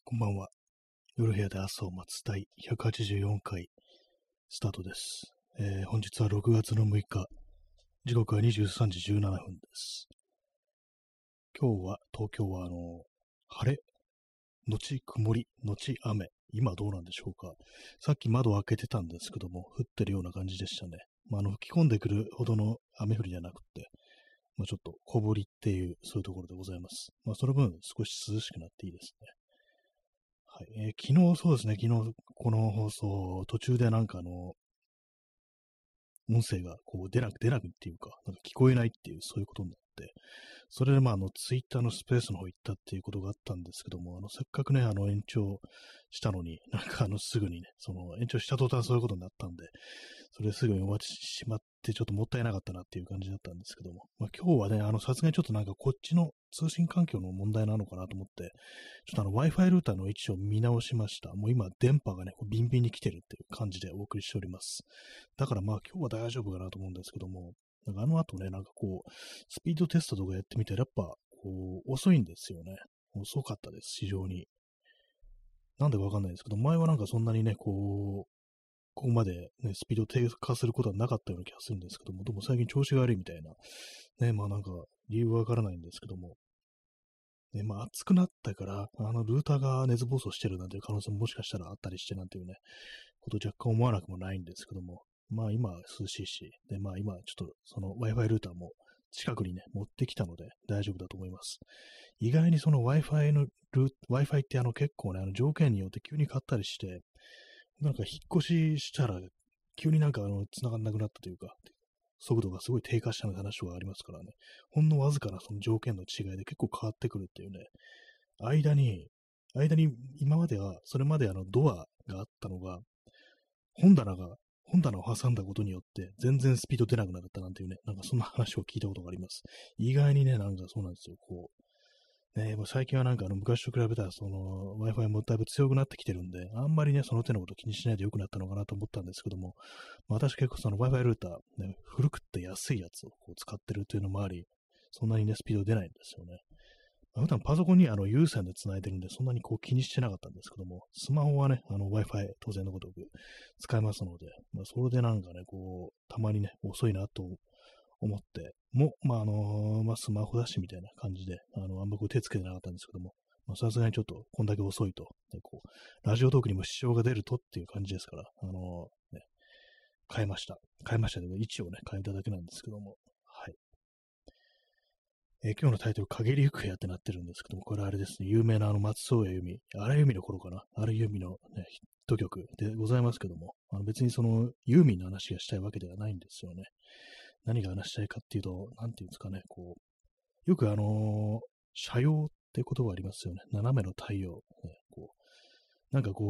こんばんは。夜部屋で朝を待つ第184回スタートです。本日は6月の6日、時刻は23時17分です。今日は東京は晴れ、後曇り、後雨。今どうなんでしょうか。さっき窓を開けてたんですけども、降ってるような感じでしたね。吹き込んでくるほどの雨降りじゃなくて、ちょっと小降りっていう、そういうところでございます。その分少し涼しくなっていいですね。はい。昨日、そうですね、昨日、この放送、途中で音声がこう出なくっていうか、なんか聞こえないっていう、そういうことになって、それでツイッターのスペースの方行ったっていうことがあったんですけども、せっかくね、延長したのに、すぐにね、その延長した途端そういうことになったんで、それすぐに終わってしまって、ちょっともったいなかったなっていう感じだったんですけども、今日はね、さすがにちょっとなんかこっちの通信環境の問題なのかなと思って、ちょっとWi-Fi ルーターの位置を見直しました。もう今、電波がね、こうビンビンに来てるっていう感じでお送りしております。だから今日は大丈夫かなと思うんですけども、なんか後ね、スピードテストとかやってみたら、やっぱ、遅いんですよね。遅かったです、非常に。なんでかわかんないですけど、前はなんかそんなにね、ここまで、ね、スピード低下することはなかったような気がするんですけども、でも最近調子が悪いみたいな、ね、なんか理由はわからないんですけども、ね、暑くなったから、ルーターが熱暴走してるなんていう可能性ももしかしたらあったりしてなんていうね、こと若干思わなくもないんですけども、今は涼しいし、で、今ちょっとその Wi-Fi ルーターも近くにね、持ってきたので大丈夫だと思います。意外にその Wi-Fi って結構ね、条件によって急に変わったりして、なんか引っ越ししたら、急になんか繋がんなくなったというか、速度がすごい低下したみたいな話がありますからね、ほんのわずかなその条件の違いで結構変わってくるっていうね、間に、今までは、それまでドアがあったのが、本棚が、本棚を挟んだことによって、全然スピード出なくなったなんていうね、なんかそんな話を聞いたことがあります。意外にね、なんかそうなんですよ。ね、もう最近はなんか昔と比べたら、Wi-Fi もだいぶ強くなってきてるんで、あんまりね、その手のこと気にしないで良くなったのかなと思ったんですけども、私結構その Wi-Fi ルーター、ね、古くって安いやつを使ってるというのもあり、そんなにね、スピード出ないんですよね。普段パソコンに有線で繋いでるんで、そんなに気にしてなかったんですけども、スマホはね、Wi-Fi 当然のごとく使えますので、それでなんかね、たまにね、遅いなと思って、スマホだしみたいな感じで、あんま手つけてなかったんですけども、さすがにちょっとこんだけ遅いと、ね、ラジオトークにも支障が出るとっていう感じですから、ね、変えました。変えましたけど、位置をね、変えただけなんですけども、はい。今日のタイトル、陰りゆく部屋ってなってるんですけども、これあれですね、有名な松任谷由実、荒井由実の頃かな、荒井由実の、ね、ヒット曲でございますけども、別にそのユーミンの話がしたいわけではないんですよね。何が話したいかっていうと、なんていうんですかね、よく斜陽って言葉ありますよね。斜めの太陽。ね、なんか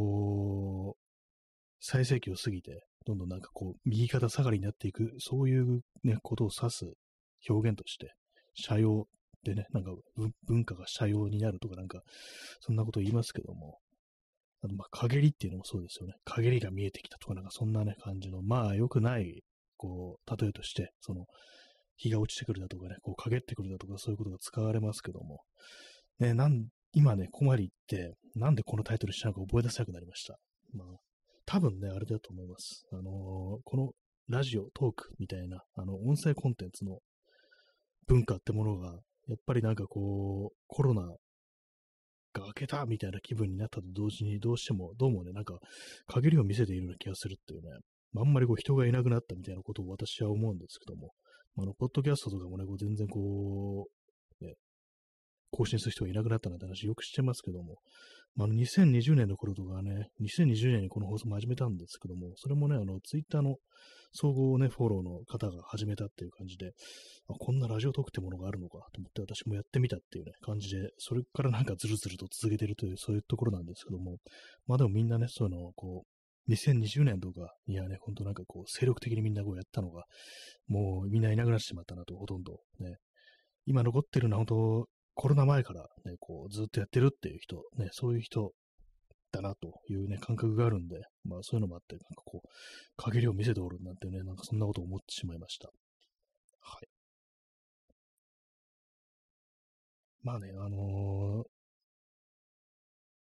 最盛期を過ぎて、どんどんなんか右肩下がりになっていく、そういうね、ことを指す表現として、斜陽でね、なんか文化が斜陽になるとかなんか、そんなことを言いますけども、あと陰りっていうのもそうですよね。陰りが見えてきたとかなんかそんなね、感じの、良くない、例えとして、日が落ちてくるだとかね、陰ってくるだとかそういうことが使われますけども、ね、今ね、ここまで言って、なんでこのタイトルしたのか覚え出せなくなりました。多分ね、あれだと思います。このラジオ、トークみたいな、音声コンテンツの文化ってものが、やっぱりなんかコロナが明けたみたいな気分になったと同時に、どうしても、どうもね、なんか、陰りを見せているような気がするっていうね、あんまり人がいなくなったみたいなことを私は思うんですけども、ポッドキャストとかもね、全然ね、更新する人がいなくなったなんて話よくしてますけども、2020年の頃とかね、2020年にこの放送も始めたんですけども、それもね、ツイッターの総合ね、フォローの方が始めたっていう感じで、こんなラジオトークってものがあるのかと思って私もやってみたっていうね、感じで、それからなんかずるずると続けてるという、そういうところなんですけども、でもみんなね、そういうのを2020年とかにはね、ほんとなんか精力的にみんなやったのが、もうみんないなくなってしまったなと、ほとんどね。今残ってるのは本当、コロナ前からね、ずっとやってるっていう人、ね、そういう人だなというね、感覚があるんで、そういうのもあって、なんか陰りを見せておるなんてね、なんかそんなことを思ってしまいました。はい。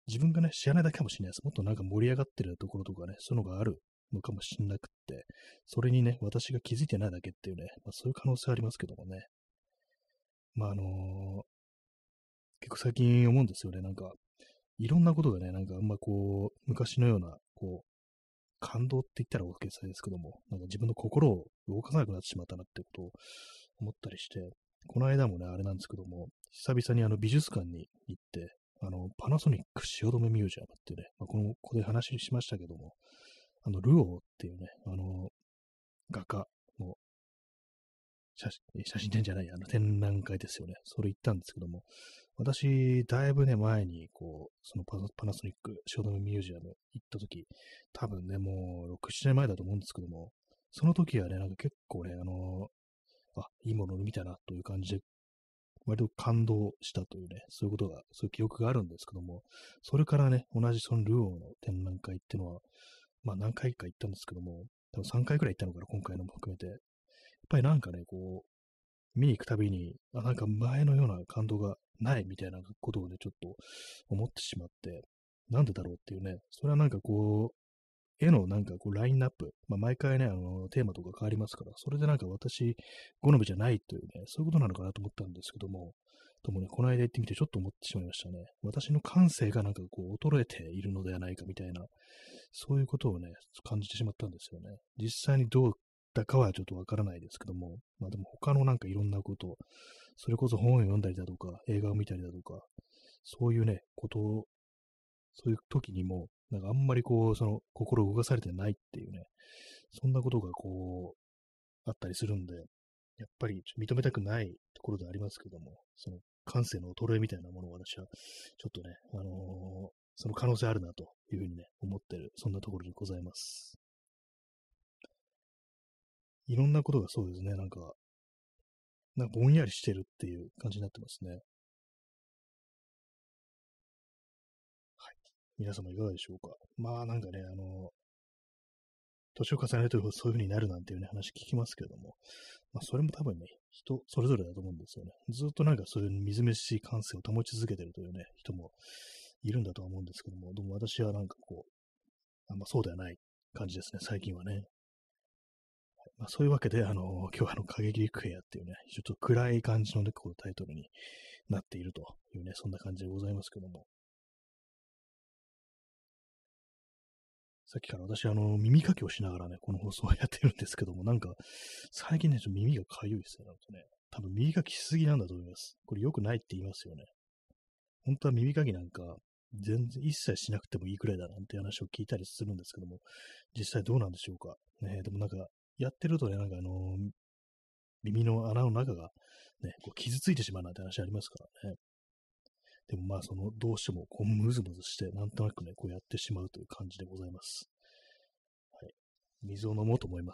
自分がね、知らないだけかもしれないです。もっとなんか盛り上がってるところとかね、そういうのがあるのかもしれなくって、それにね、私が気づいてないだけっていうね、そういう可能性ありますけどもね。まあ、結構最近思うんですよね。なんか、いろんなことがね、なんかあんまこう、昔のような、こう、感動って言ったら大げさですけども、なんか自分の心を動かさなくなってしまったなってことを思ったりして、この間もね、あれなんですけども、久々に美術館に行って、パナソニック汐留ミュージアムっていうね、ここで話しましたけども、ルオーっていうね、画家の写真展じゃない、展覧会ですよね。それ行ったんですけども、私、だいぶね、前に、こう、そのパナソニック汐留ミュージアム行った時、多分ね、もう6、7年前だと思うんですけども、その時はね、なんか結構ね、いいものを見たなという感じで、割と感動したというね、そういうことが、そういう記憶があるんですけども、それからね、同じそのルオーの展覧会っていうのは、何回か行ったんですけども、多分3回くらい行ったのかな、今回のも含めて。やっぱりなんかね、こう、見に行くたびに、なんか前のような感動がないみたいなことをね、ちょっと思ってしまって、なんでだろうっていうね、それはなんかこう、絵のなんかこうラインナップ、毎回ね、テーマとか変わりますから、それでなんか私、好みじゃないというね、そういうことなのかなと思ったんですけども、ともね、この間行ってみてちょっと思ってしまいましたね。私の感性がなんかこう衰えているのではないかみたいな、そういうことをね、感じてしまったんですよね。実際にどうだかはちょっとわからないですけども、でも他のなんかいろんなこと、それこそ本を読んだりだとか、映画を見たりだとか、そういうね、ことを、そういう時にも、なんかあんまりこう、その心動かされてないっていうね、そんなことがこう、あったりするんで、やっぱり認めたくないところではありますけども、その感性の衰えみたいなものを私は、ちょっとね、その可能性あるなというふうにね、思ってる、そんなところでございます。いろんなことがそうですね、なんかぼんやりしてるっていう感じになってますね。はい。皆様いかがでしょうか。なんかね、年を重ねるとそういう風になるなんていうね、話聞きますけども、それも多分ね、人それぞれだと思うんですよね。ずっとなんかそういうみずみずしい感性を保ち続けてるというね、人もいるんだとは思うんですけども、でも私はなんかこう、あんまそうではない感じですね、最近はね。そういうわけで、今日は過激リクエアっていうね、ちょっと暗い感じのね、こうタイトルになっているというね、そんな感じでございますけども、さっきから私、耳かきをしながらね、この放送をやってるんですけども、なんか、最近ね、ちょっと耳がかゆいですね、なんかね。多分耳かきしすぎなんだと思います。これ良くないって言いますよね。本当は耳かきなんか、全然一切しなくてもいいくらいだなんて話を聞いたりするんですけども、実際どうなんでしょうか。ね、でもなんか、やってるとね、なんか耳の穴の中が、ね、こう傷ついてしまうなんて話ありますからね。でもどうしても、こう、ムズムズして、なんとなくね、こうやってしまうという感じでございます。はい。水を飲もうと思います。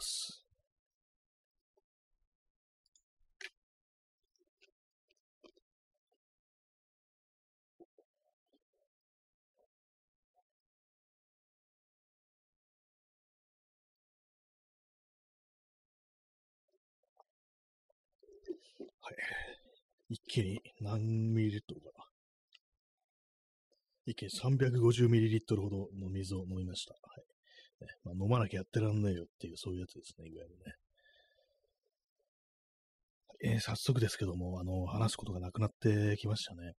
はい。一気に何ミリリットルかな。一気に 350ml ほどの水を飲みました。はい。ね飲まなきゃやってらんねえよっていう、そういうやつですね、いわゆるね。早速ですけども、話すことがなくなってきましたね。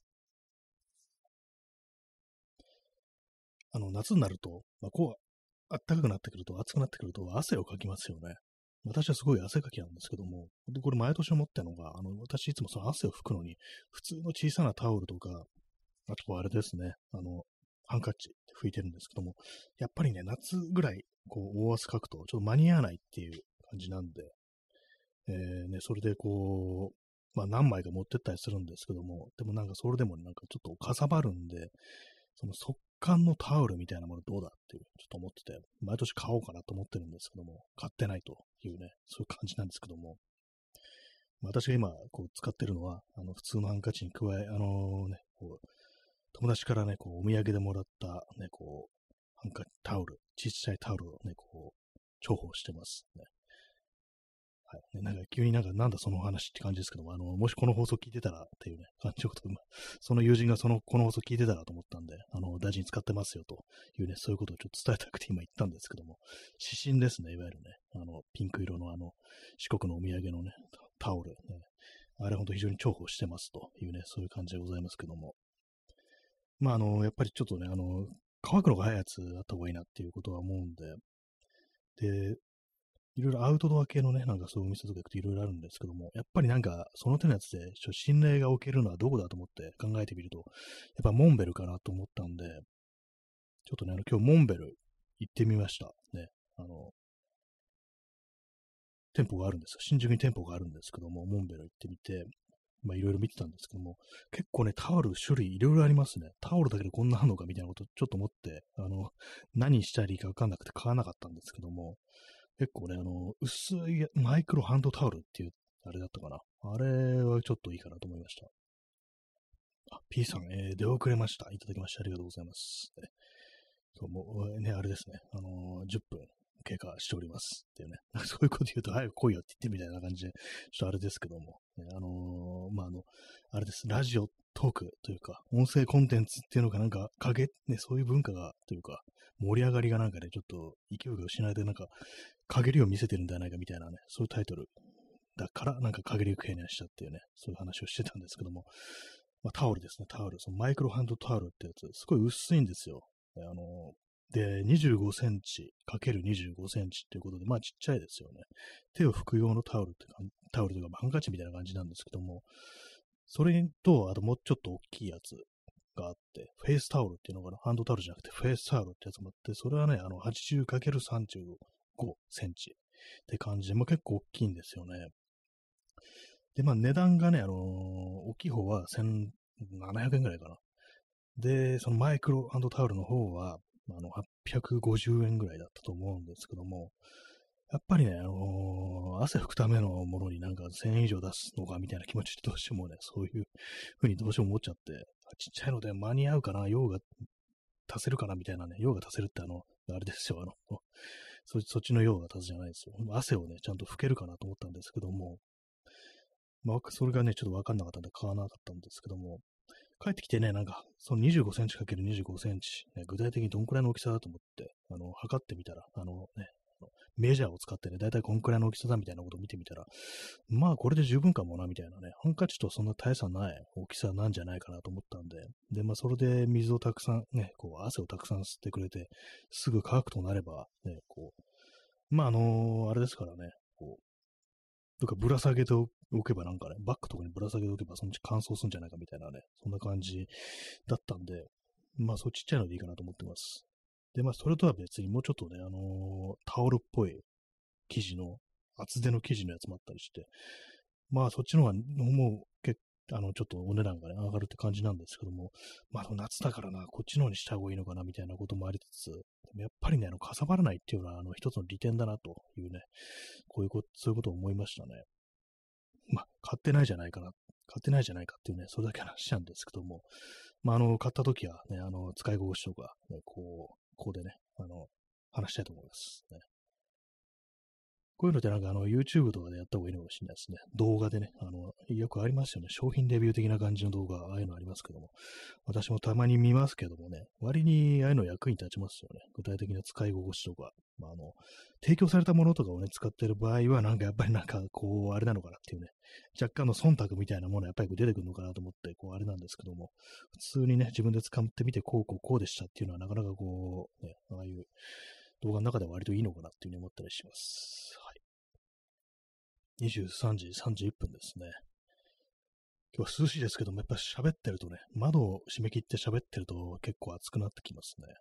夏になると、こう、暖かくなってくると、暑くなってくると、汗をかきますよね。私はすごい汗かきなんですけども、で、これ毎年思ったのが、私いつもその汗を拭くのに、普通の小さなタオルとか、あとはあれですね、ハンカチって拭いてるんですけども、やっぱりね、夏ぐらい、こう、大汗かくと、ちょっと間に合わないっていう感じなんで、それでこう、何枚か持ってったりするんですけども、でもなんかそれでもなんかちょっとかさばるんで、その速乾のタオルみたいなものどうだっていう、ちょっと思ってて、毎年買おうかなと思ってるんですけども、買ってないというね、そういう感じなんですけども、私が今、こう、使ってるのは、普通のハンカチに加え、こう、友達からね、こう、お土産でもらった、ね、こう、タオル、ちっちゃいタオルをね、こう、重宝してますね。 はい。ね、なんか急になんだその話って感じですけども、もしこの放送聞いてたらっていうね、感じのことを、その友人がこの放送聞いてたらと思ったんで、大事に使ってますよというね、そういうことをちょっと伝えたくて今言ったんですけども、指針ですね、いわゆるね、ピンク色の四国のお土産のね、タオル、ね、あれほんと非常に重宝してますというね、そういう感じでございますけども、まあ、やっぱりちょっとね、乾くのが早いやつあった方がいいなっていうことは思うんで、で、いろいろアウトドア系のね、なんかそういうお店とか行くといろいろあるんですけども、やっぱりなんかその手のやつで信頼が置けるのはどこだと思って考えてみると、やっぱモンベルかなと思ったんで、ちょっとね、今日モンベル行ってみました。ね。店舗があるんですよ。新宿に店舗があるんですけども、モンベル行ってみて、まあいろいろ見てたんですけども、結構ね、タオル種類いろいろありますね。タオルだけでこんなあんのかみたいなことちょっと思って、何したらいいかわかんなくて買わなかったんですけども、結構ね、薄いマイクロハンドタオルっていう、あれだったかな。あれはちょっといいかなと思いました。あ、P さん、出遅れました。いただきましてありがとうございます。ね、今日も、ね、あれですね、10分経過しておりますっていうね、そういうこと言うと早く来いよって言ってみたいな感じで、ちょっとあれですけども、ね、まあ、あれです、ラジオトークというか、音声コンテンツっていうのがなんか、ね、そういう文化が、というか、盛り上がりがなんかね、ちょっと勢いが失いでなんか、陰りを見せてるんじゃないかみたいなね、そういうタイトルだから、なんか陰りを経験したっていうね、そういう話をしてたんですけども、まあ、タオルですね、タオル。そのマイクロハンドタオルってやつ、すごい薄いんですよ。で、25センチ ×25 センチっていうことで、まあちっちゃいですよね。手を拭く用のタオルってか、タオルというか、まあハンカチみたいな感じなんですけども、それと、あともうちょっと大きいやつがあって、フェイスタオルっていうのかな、ハンドタオルじゃなくてフェイスタオルってやつもあって、それはね、80×35 センチって感じで、まあ結構大きいんですよね。で、まあ値段がね、大きい方は1700円ぐらいかな。で、そのマイクロハンドタオルの方は、850円ぐらいだったと思うんですけども、やっぱりね、汗拭くためのものになんか1000円以上出すのかみたいな気持ちどうしてもね、そういうふうにどうしても思っちゃって、ちっちゃいので間に合うかな、用が足せるかなみたいなね、用が足せるってあれですよ、そっちの用が足すじゃないですよ。汗をね、ちゃんと拭けるかなと思ったんですけども、まあ、それがね、ちょっとわかんなかったんで買わなかったんですけども、帰ってきてね、なんか、その25センチ ×25 センチ、ね、具体的にどんくらいの大きさだと思って、測ってみたら、メジャーを使ってね、だいたいこんくらいの大きさだみたいなことを見てみたら、まあ、これで十分かもな、みたいなね、ハンカチとそんな大差ない大きさなんじゃないかなと思ったんで、で、まあ、それで水をたくさん、ね、こう、汗をたくさん吸ってくれて、すぐ乾くとなれば、ね、こう、まあ、あれですからね、こう、とかぶら下げておけばなんかね、バッグとかにぶら下げておけばそのうち乾燥するんじゃないかみたいなね、そんな感じだったんで、まあそうちっちゃいのでいいかなと思ってます。で、まあそれとは別にもうちょっとね、タオルっぽい生地の、厚手の生地のやつもあったりして、まあそっちの方がもうちょっとお値段がね、上がるって感じなんですけども、まあ夏だからな、こっちの方にした方がいいのかなみたいなこともありつつ、でもやっぱりね、かさばらないっていうのは、一つの利点だなというね、そういうことを思いましたね。まあ、買ってないじゃないかな。買ってないじゃないかっていうね、それだけの話なんですけども、まあ、買った時はね、使い心地とか、ね、こうでね、話したいと思います。ね、こういうのってなんかYouTube とかでやった方がいいのかもしれないですね。動画でね、よくありますよね。商品レビュー的な感じの動画、ああいうのありますけども。私もたまに見ますけどもね、割にああいうの役に立ちますよね。具体的な使い心地とか。まあ、提供されたものとかをね、使ってる場合は、なんかやっぱりなんか、こう、あれなのかなっていうね、若干の忖度みたいなものはやっぱり出てくるのかなと思って、こう、あれなんですけども、普通にね、自分で使ってみて、こうでしたっていうのは、なかなかこう、ね、ああいう動画の中では割といいのかなっていうふうに思ったりします。はい。23時31分ですね。今日は涼しいですけども、やっぱ喋ってるとね、窓を閉め切って喋ってると結構暑くなってきますね。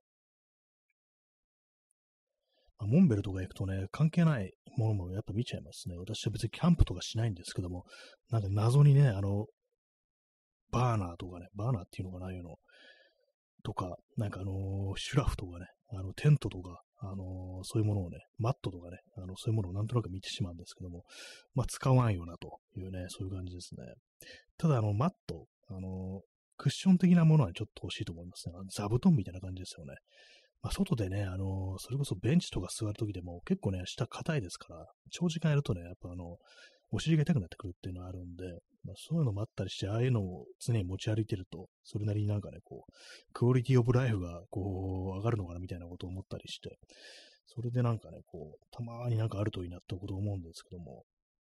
モンベルとか行くとね、関係ないものもやっぱ見ちゃいますね。私は別にキャンプとかしないんですけども、なんか謎にね、バーナーとかね、バーナーっていうのかな、ああいうのとか、なんかシュラフとかね、テントとか、そういうものをね、マットとかね、そういうものをなんとなく見てしまうんですけども、まあ、使わんよなというね、そういう感じですね。ただ、マット、クッション的なものはちょっと欲しいと思いますね。座布団みたいな感じですよね。 まあ、外でね、それこそベンチとか座るときでも結構ね、下硬いですから、長時間やるとね、やっぱお尻が痛くなってくるっていうのはあるんで、まあ、そういうのもあったりして、ああいうのを常に持ち歩いてると、それなりになんかね、こう、クオリティオブライフがこう、上がるのかなみたいなことを思ったりして、それでなんかね、こう、たまーになんかあるといいなってことを思うんですけども、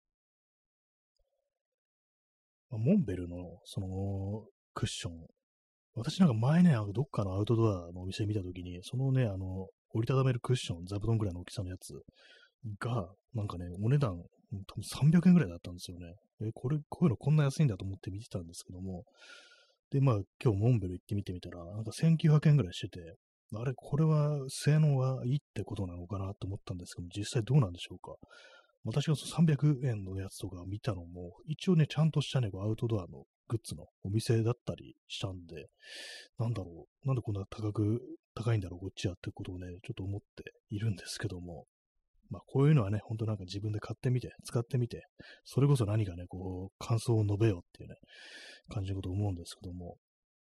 まあ、モンベルのそのクッション、私なんか前ね、どっかのアウトドアのお店見たときに、そのね、折りたためるクッション、座布団ぐらいの大きさのやつが、なんかね、お値段、多分300円ぐらいだったんですよね。こういうのこんな安いんだと思って見てたんですけども、で、まあ、今日モンベル行ってみてみたら、なんか1900円ぐらいしてて、あれ、これは性能はいいってことなのかなと思ったんですけども、実際どうなんでしょうか。私がその300円のやつとか見たのも、一応ね、ちゃんとしたね、こうアウトドアのグッズのお店だったりしたんで、なんだろう、なんでこんな高いんだろう、こっちはってことをね、ちょっと思っているんですけども、まあ、こういうのはね、ほんとなんか自分で買ってみて、使ってみて、それこそ何かね、こう、感想を述べようっていうね、感じのことを思うんですけども、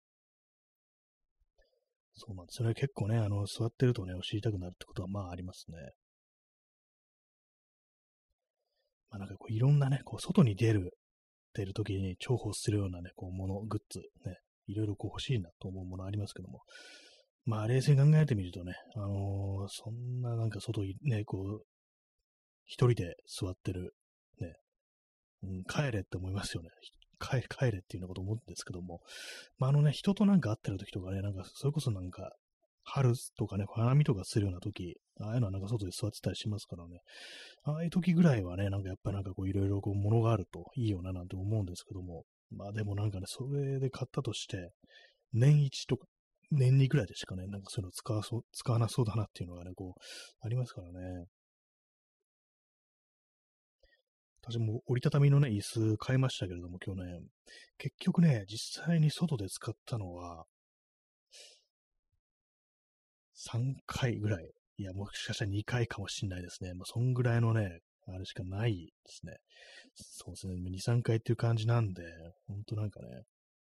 そうなんですよね。結構ね、座ってるとね、知りたくなるってことはまあありますね。まあなんかこう、いろんなね、こう、外に出るときに重宝するようなね、こう、グッズ、ね、いろいろこう欲しいなと思うものありますけども、まあ冷静に考えてみるとね、そんななんか外にね、こう、一人で座ってる、ね、うん、帰れって思いますよね。帰れっていうようなこと思うんですけども、まあ、人となんか会ってる時とかね、なんか、それこそなんか、春とかね、花見とかするような時、ああいうのはなんか外で座ってたりしますからね、ああいう時ぐらいはね、なんかやっぱなんかこういろいろこう物があるといいよななんて思うんですけども、まあでもなんかね、それで買ったとして、年一とか、年二ぐらいでしかね、なんかそういうの使わなそうだなっていうのがね、こう、ありますからね。私も折りたたみのね、椅子買いましたけれども、去年。結局ね、実際に外で使ったのは3回ぐらい。いや、もしかしたら2回かもしんないですね。まあ、そんぐらいのね、あれしかないですね。そうですね。2、3回っていう感じなんで、ほんとなんかね、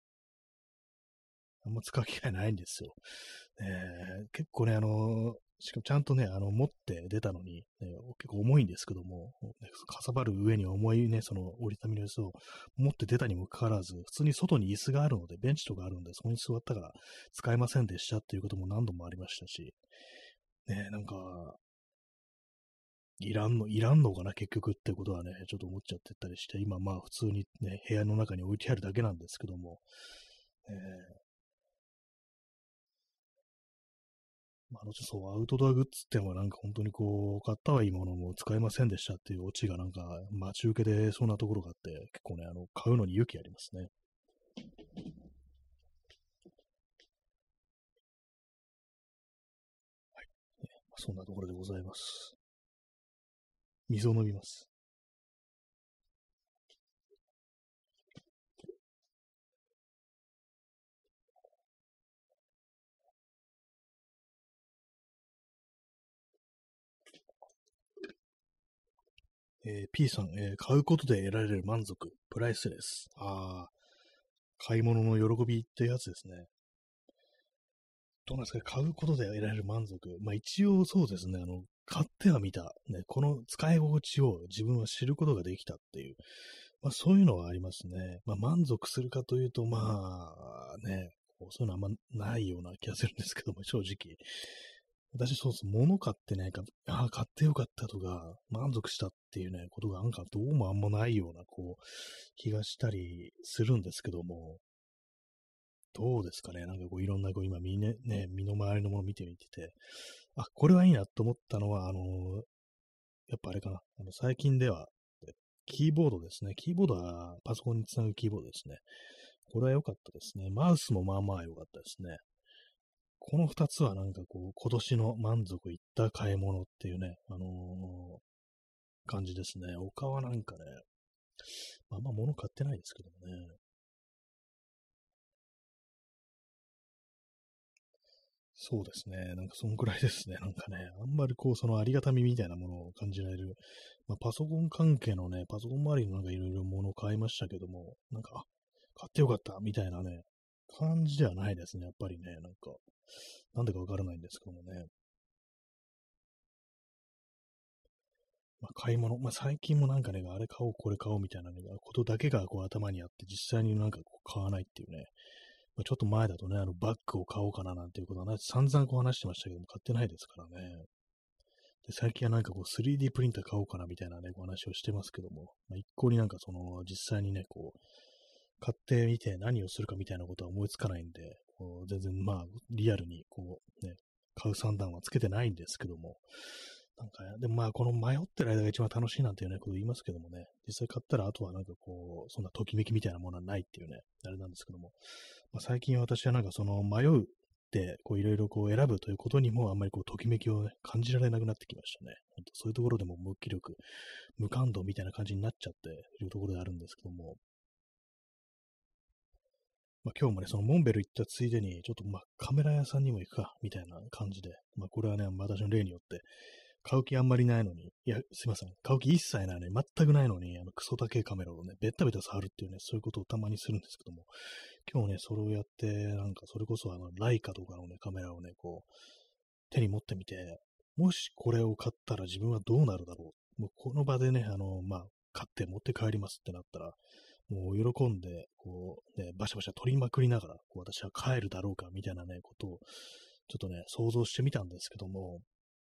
あんま使う機会ないんですよ。結構ね、しかもちゃんとね、持って出たのに、ね、結構重いんですけども、ね、かさばる上に重いね、その折りたたみの椅子を持って出たにもかかわらず、普通に外に椅子があるので、ベンチとかあるんで、そこに座ったから使えませんでしたっていうことも何度もありましたし、ね、なんか、いらんのかな、結局ってことはね、ちょっと思っちゃってたりして、今まあ普通にね、部屋の中に置いてあるだけなんですけども、えーまあ、そう、アウトドアグッズってのはなんか本当にこう、買ったはいいものも使えませんでしたっていうオチがなんか待ち受けでそうなところがあって、結構ね、買うのに勇気ありますね。そんなところでございます。水を飲みます。P さん、買うことで得られる満足、プライスレス。ああ、買い物の喜びってやつですね。どうなんですか、買うことで得られる満足。まあ一応そうですね、買ってはみた。ね、この使い心地を自分は知ることができたっていう。まあそういうのはありますね。まあ満足するかというと、まあね、そういうのあんまないような気がするんですけども、正直。私そうそう、物買ってね、ああ、買ってよかったとか、満足したっていうね、ことがなんかどうもあんまないような、こう、気がしたりするんですけども、どうですかね。なんかこういろんなこう今身の回りのものを見てみてて、あ、これはいいなと思ったのは、やっぱあれかな。最近では、キーボードですね。キーボードはパソコンにつなぐキーボードですね。これは良かったですね。マウスもまあまあ良かったですね。この二つはなんかこう、今年の満足いった買い物っていうね、感じですね。他はなんかね、まあまあ物買ってないですけどもね。そうですね。なんかそんくらいですね。なんかね、あんまりこう、そのありがたみみたいなものを感じられる。まあ、パソコン関係のね、パソコン周りのなんかいろいろものを買いましたけども、なんか、あ、買ってよかったみたいなね、 感じではないですね。やっぱりね、なんでかわからないんですけどもね。買い物、最近もなんかね、あれ買おう、これ買おうみたいな、ね、ことだけがこう頭にあって、実際に買わないっていうね。ちょっと前だとね、バッグを買おうかななんていうことはね、散々話してましたけども、買ってないですからね。で、最近は3D プリンター買おうかなみたいなね、お話をしてますけども、一向に実際にね、買ってみて何をするかみたいなことは思いつかないんで、全然リアルに買う算段はつけてないんですけども、でもこの迷ってる間が一番楽しいなんていうね、こと言いますけどもね、実際買ったらあとはそんなときめきみたいなものはないっていうね、あれなんですけども、最近私はその迷うって、いろいろ選ぶということにもあんまりときめきをね、感じられなくなってきましたね。本当そういうところでも無気力、無感動みたいな感じになっちゃっているところであるんですけども、今日もね、そのモンベル行ったついでに、ちょっとカメラ屋さんにも行くか、みたいな感じで、これはね、私の例によって、買う気あんまりないのに、いや、すいません、買う気一切ないのに、全くないのに、クソ高いカメラをね、ベッタベタ触るっていうね、そういうことをたまにするんですけども、今日ね、それをやって、それこそライカとかのね、カメラをね、手に持ってみて、もしこれを買ったら自分はどうなるだろう。もうこの場でね、買って持って帰りますってなったら、もう喜んで、バシャバシャ撮りまくりながら、私は帰るだろうか、みたいなね、ことを、ちょっとね、想像してみたんですけども、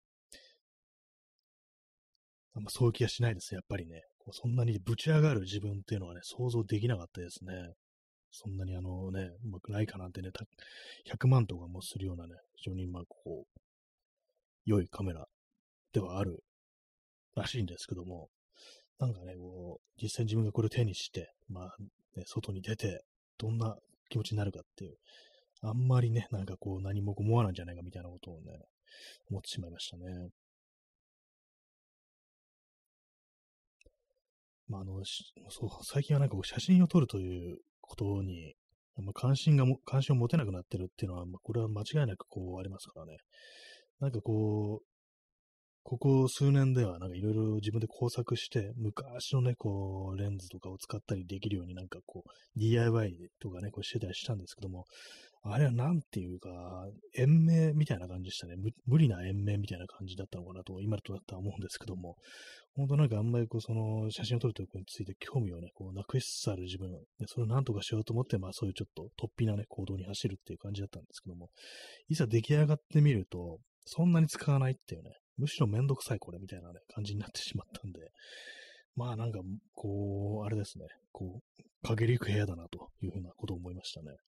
あんまそういう気がしないですね、やっぱりね。そんなにぶち上がる自分っていうのはね、想像できなかったですね。そんなにうまくないかなんてね、100万とかもするようなね、非常に良いカメラではあるらしいんですけども、実際に自分がこれを手にして、外に出て、どんな気持ちになるかっていう、あんまりね、何も思わないんじゃないかみたいなことをね、思ってしまいましたね。そう、最近は写真を撮るということに、関心を持てなくなってるっていうのは、これは間違いなくありますからね。ここ数年では、いろいろ自分で工作して、昔のね、レンズとかを使ったりできるように、DIY とかね、してたりしたんですけども、あれはなんていうか、延命みたいな感じでしたね。無理な延命みたいな感じだったのかなと、今となったら思うんですけども、本当あんまりその写真を撮るということについて興味をね、なくしつつある自分、でそれをなんとかしようと思って、そういうちょっと突飛なね、行動に走るっていう感じだったんですけども、いざ出来上がってみると、そんなに使わないっていうね、むしろめんどくさいこれみたいなね、感じになってしまったんで、あれですね、陰りゆく部屋だなというふうなことを思いましたね。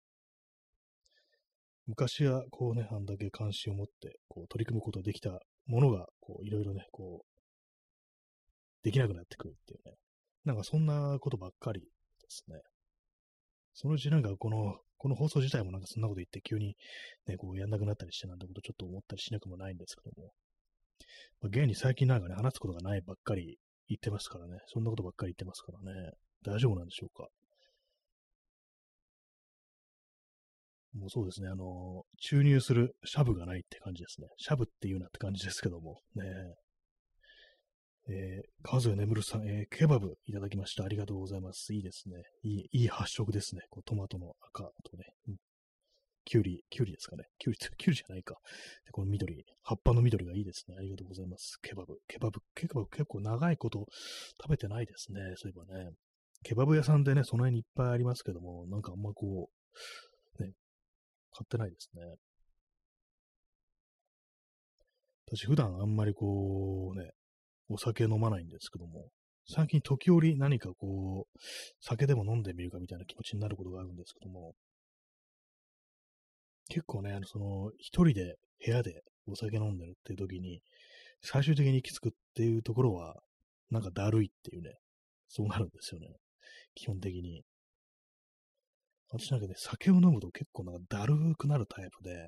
昔はあんだけ関心を持って、取り組むことができたものが、いろいろね、できなくなってくるっていうね。そんなことばっかりですね。そのうちこの放送自体もそんなこと言って急にね、やんなくなったりしてなんてことちょっと思ったりしなくもないんですけども。現に最近ね、話すことがないばっかり言ってますからね。そんなことばっかり言ってますからね。大丈夫なんでしょうか。もうそうですね、注入するシャブがないって感じですね。シャブっていうなって感じですけども。ね川添眠さん、ケバブいただきました。ありがとうございます。いいですね。いい発色ですね。トマトの赤とね、キュウリですかね。キュウリじゃないか。で、この緑、葉っぱの緑がいいですね。ありがとうございます。ケバブ結構長いこと食べてないですね。そういえばね。ケバブ屋さんでね、その辺にいっぱいありますけども、あんまね、買ってないですね。私普段あんまりお酒飲まないんですけども、最近時折何か酒でも飲んでみるかみたいな気持ちになることがあるんですけども、結構ね、一人で部屋でお酒飲んでるっていう時に、最終的に行き着くっていうところは、だるいっていうね、そうなるんですよね。基本的に。私ね、酒を飲むと結構だるくなるタイプで、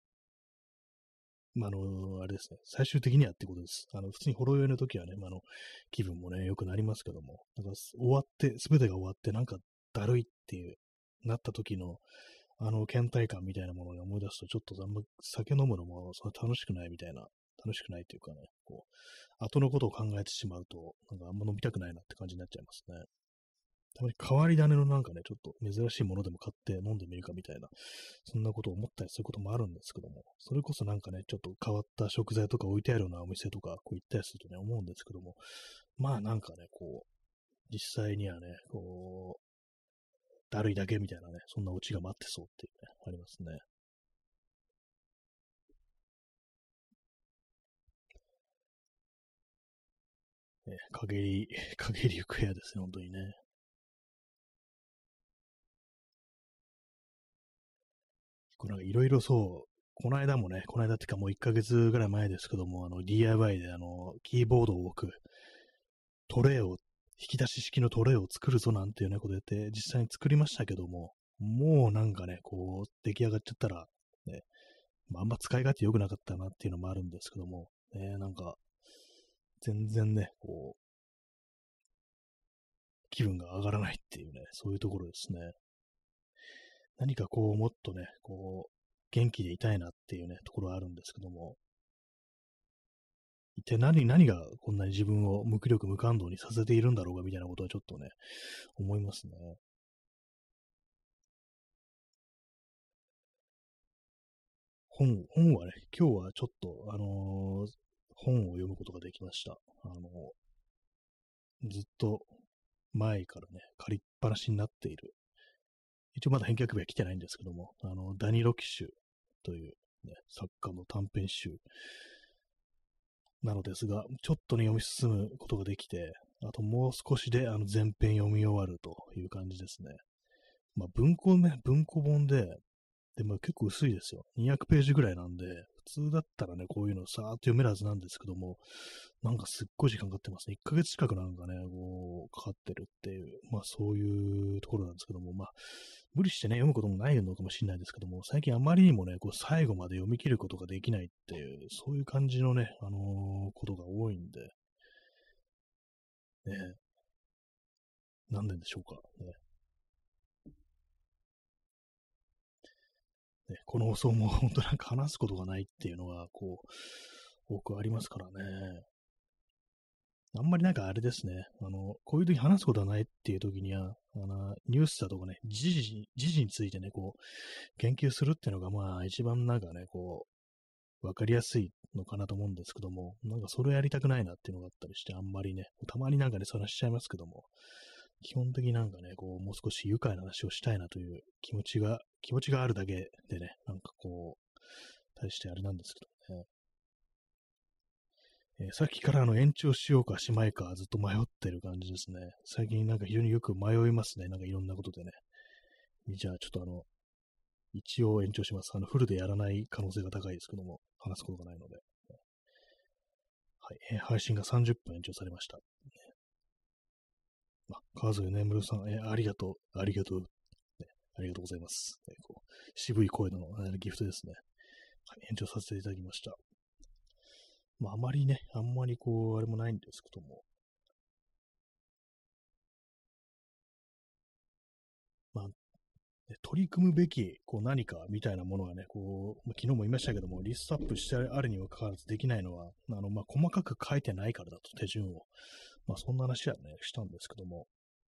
あれですね、最終的にはってことです。普通にほろ酔いの時はね、気分もね、良くなりますけども、終わって、すべてが終わって、だるいっていう、なった時の、倦怠感みたいなものを思い出すと、ちょっとあんま酒飲むのも、そんな楽しくないみたいな、楽しくないというかね、後のことを考えてしまうと、あんま飲みたくないなって感じになっちゃいますね。 たまに変わり種のなんかね、ちょっと珍しいものでも買って飲んでみるかみたいな、そんなことを思ったりすることもあるんですけども、それこそなんかね、ちょっと変わった食材とか置いてあるようなお店とか、こう行ったりするとね、思うんですけども、まあなんかね、こう、実際にはね、こう、だるいだけみたいなね、そんなオチが待ってそうっていうね、ありますね。陰り、陰りゆく部屋ですね、本当にね。こうなんかいろいろそう、この間もね、この間っていうかもう1ヶ月ぐらい前ですけども、DIY でキーボードを置くトレイを、引き出し式のトレイを作るぞなんていうね、ことやって、実際に作りましたけども、もうなんかね、こう、出来上がっちゃったら、ね、まあ、あんま使い勝手良くなかったなっていうのもあるんですけども、なんか、全然ね、こう、気分が上がらないっていうね、そういうところですね。何かこう、もっとね、こう、元気でいたいなっていうね、ところはあるんですけども、一体何がこんなに自分を無気力無感動にさせているんだろうかみたいなことはちょっとね、思いますね。本はね、今日はちょっと、本を読むことができました。ずっと前からね、借りっぱなしになっている。一応まだ返却日は来てないんですけども、ダニ・ロキシュという、ね、作家の短編集なのですが、ちょっとね、読み進むことができて、あともう少しで全編読み終わるという感じですね。まあ、文庫本でも結構薄いですよ。200ページぐらいなんで、普通だったらね、こういうのさーっと読めるはずなんですけども、なんかすっごい時間かかってますね。1ヶ月近くなんかね、こう、かかってるっていう、まあそういうところなんですけども、まあ、無理してね、読むこともないのかもしれないですけども、最近あまりにもね、こう最後まで読み切ることができないっていう、そういう感じのね、ことが多いんで、ね、なんででしょうか。ね、この放送も本当なんか話すことがないっていうのが、こう、多くありますからね。あんまりなんかあれですね。こういう時話すことはないっていう時には、ニュースだとかね、時事についてね、こう、研究するっていうのが、まあ、一番なんかね、こう、わかりやすいのかなと思うんですけども、なんかそれやりたくないなっていうのがあったりして、あんまりね、たまになんかね、それはしちゃいますけども、基本的になんかね、こう、もう少し愉快な話をしたいなという気持ちがあるだけでね、なんかこう、対してあれなんですけどね。さっきから延長しようかしまいかずっと迷ってる感じですね。最近なんか非常によく迷いますね。なんかいろんなことでね。じゃあちょっと一応延長します。フルでやらない可能性が高いですけども、話すことがないので。はい。配信が30分延長されました。川添ねむるさん、ありがとう、ありがとう、ね、ありがとうございます。こう渋い声の、ギフトですね。はい、延長させていただきました。まあ、あんまりこう、あれもないんですけども、まあ、取り組むべきこう何かみたいなものがね、こう、昨日も言いましたけども、リストアップしてあるにもかかわらずできないのは、細かく書いてないからだと、手順を。そんな話はね、したんですけども、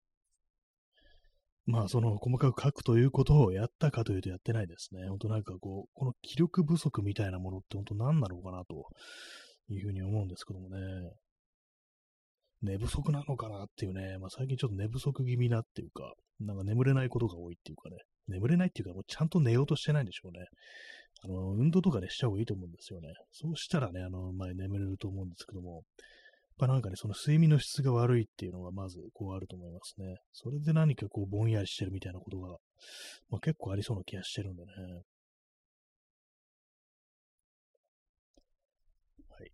その細かく書くということをやったかというとやってないですね。本当なんかこう、この気力不足みたいなものって本当何なのかなというふうに思うんですけどもね。寝不足なのかなっていうね、最近ちょっと寝不足気味なっていうか、なんか眠れないことが多いっていうかね、眠れないっていうか、もうちゃんと寝ようとしてないんでしょうね。運動とかでした方がいいと思うんですよね。そうしたらね、眠れると思うんですけども、やっぱなんかね、その睡眠の質が悪いっていうのがまずこうあると思いますね。それで何かこうぼんやりしてるみたいなことが、結構ありそうな気がしてるんでね。はい。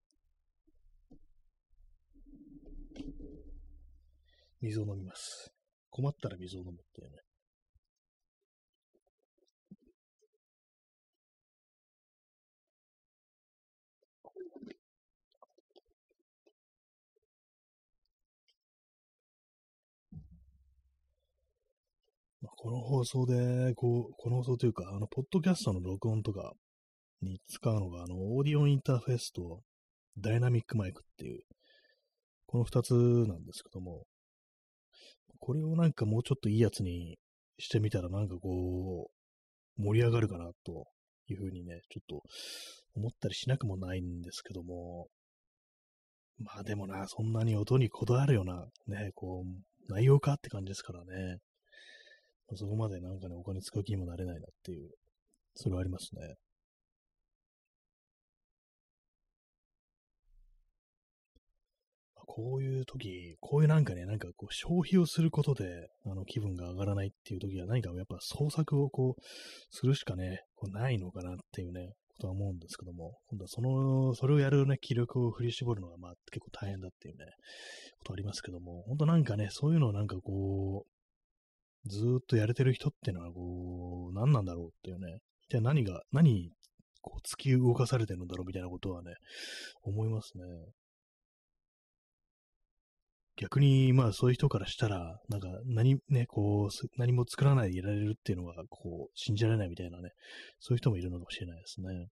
水を飲みます。困ったら水を飲むっていうね。この放送で、この放送というか、ポッドキャストの録音とかに使うのが、オーディオインターフェースとダイナミックマイクっていう、この二つなんですけども、 これをなんかもうちょっといいやつにしてみたらなんかこう、盛り上がるかなというふうにね、ちょっと思ったりしなくもないんですけども、まあでもな、そんなに音にこだわるようなね、こう、内容かって感じですからね。そこまでなんかね、お金使う気にもなれないなっていう、それはありますね。こういう時、こういうなんかね、なんかこう消費をすることで、気分が上がらないっていう時は何かやっぱ創作をこう、するしかね、こうないのかなっていうね、ことは思うんですけども、今度はそれをやるね、気力を振り絞るのが、まあ結構大変だっていうね、ことありますけども、本当なんかね、そういうのをなんかこう、ずーっとやれてる人っていうのは、こう、何なんだろうっていうね、一体何にこう突き動かされてるんだろうみたいなことはね、思いますね。逆に、まあそういう人からしたら、なんか何も作らないでいられるっていうのが、こう、信じられないみたいなね、そういう人もいるのかもしれないですね。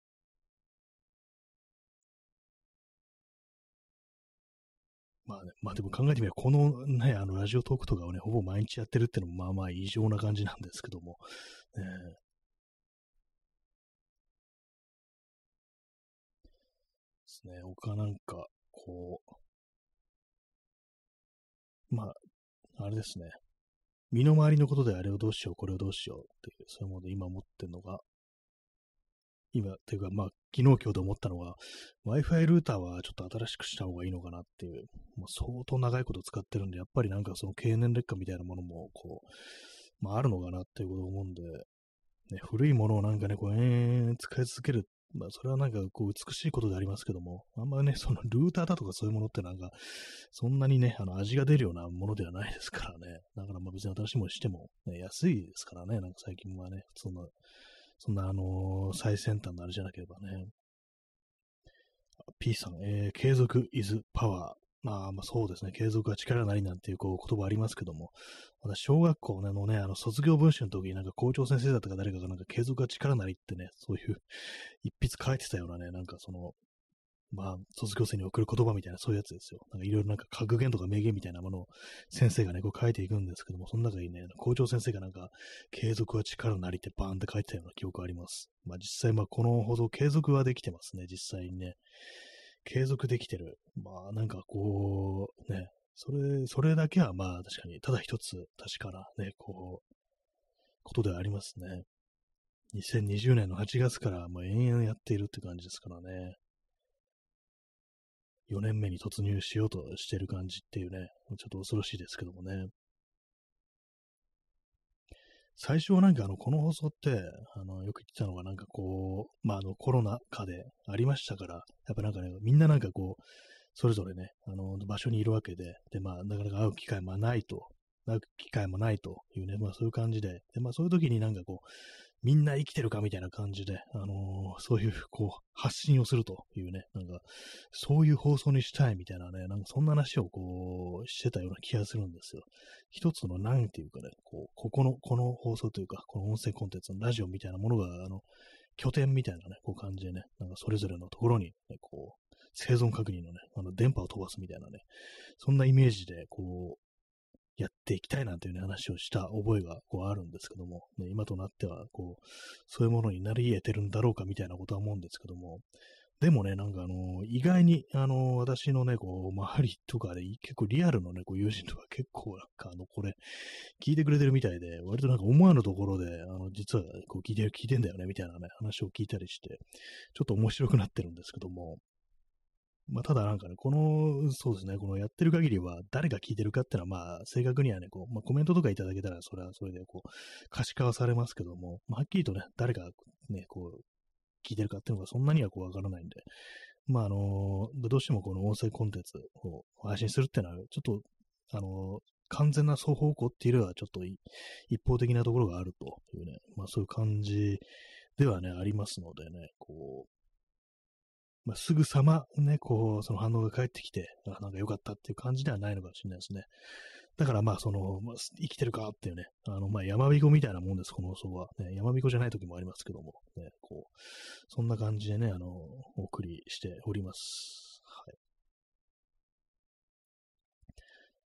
まあね、まあでも考えてみれば、このね、ラジオトークとかをね、ほぼ毎日やってるっていうのも、まあまあ異常な感じなんですけども、ですね、他なんか、こまあ、あれですね、身の回りのことであれをどうしよう、これをどうしようっていう、そういうもので今思ってるのが、今、というか、まあ、昨日今日で思ったのが、Wi-Fi ルーターはちょっと新しくした方がいいのかなっていう、もう相当長いこと使ってるんで、やっぱりなんかその経年劣化みたいなものも、こう、まああるのかなっていうことを思うんで、ね、古いものをなんかね、こう延々使い続ける。まあ、それはなんかこう美しいことでありますけども、あんまね、そのルーターだとかそういうものってなんか、そんなにね、味が出るようなものではないですからね。だからまあ別に新しいものにしても、ね、安いですからね、なんか最近はね、そんな最先端のあれじゃなければね。P さん、継続 is power。まあそうですね。継続は力なりなんていうこう言葉ありますけども、私、小学校のね、卒業文集の時になんか校長先生だったか誰かがなんか継続は力なりってね、そういう一筆書いてたようなね、なんかまあ、卒業生に送る言葉みたいな、そういうやつですよ。なんかいろいろなんか格言とか名言みたいなものを先生がね、こう書いていくんですけども、その中にね、校長先生がなんか、継続は力なりってバーンって書いてたような記憶があります。まあ実際、まあこのほど継続はできてますね、実際にね。継続できてる。まあなんかこう、ね、それだけはまあ確かに、ただ一つ確かなね、こう、ことではありますね。2020年の8月からもう延々やっているって感じですからね。4年目に突入しようとしてる感じっていうね、ちょっと恐ろしいですけどもね。最初はなんかこの放送って、よく言ってたのがなんかこう、まあコロナ禍でありましたから、やっぱなんかね、みんななんかこう、それぞれね、場所にいるわけで、で、まあ、なかなか会う機会もないと、会う機会もないというね、まあそういう感じで、で、まあそういう時になんかこう、みんな生きてるかみたいな感じで、そういう、こう、発信をするというね、なんか、そういう放送にしたいみたいなね、なんかそんな話をこう、してたような気がするんですよ。一つの、なんていうかね、こう、この放送というか、この音声コンテンツのラジオみたいなものが、拠点みたいなね、こう感じでね、なんかそれぞれのところに、ね、こう、生存確認のね、電波を飛ばすみたいなね、そんなイメージで、こう、やっていきたいなんていうね、話をした覚えがこうあるんですけども、ね、今となっては、こう、そういうものになり得てるんだろうかみたいなことは思うんですけども、でもね、なんか意外に、私のね、こう、周りとかで結構リアルのね、こう、友人とか結構なんかこれ、聞いてくれてるみたいで、割となんか思わぬところで、実はこう聞いてんだよね、みたいなね、話を聞いたりして、ちょっと面白くなってるんですけども、まあ、ただなんかね、そうですね、このやってる限りは、誰が聞いてるかっていうのは、まあ、正確にはね、こう、まあ、コメントとかいただけたら、それはそれで、こう、可視化はされますけども、まあ、はっきりとね、誰がね、こう、聞いてるかっていうのがそんなにはこう、わからないんで、まあ、どうしてもこの音声コンテンツを配信するっていうのは、ちょっと、完全な双方向っていうよりは、ちょっと一方的なところがあるというね、まあ、そういう感じではね、ありますのでね、こう、まあ、すぐさまね、こう、その反応が返ってきて、あ、なんか良かったっていう感じではないのかもしれないですね。だからまあ、まあ、生きてるかっていうね、まあ、山彦みたいなもんです、この放送は。ね、山彦じゃない時もありますけども、ね、こう、そんな感じでね、お送りしております。はい。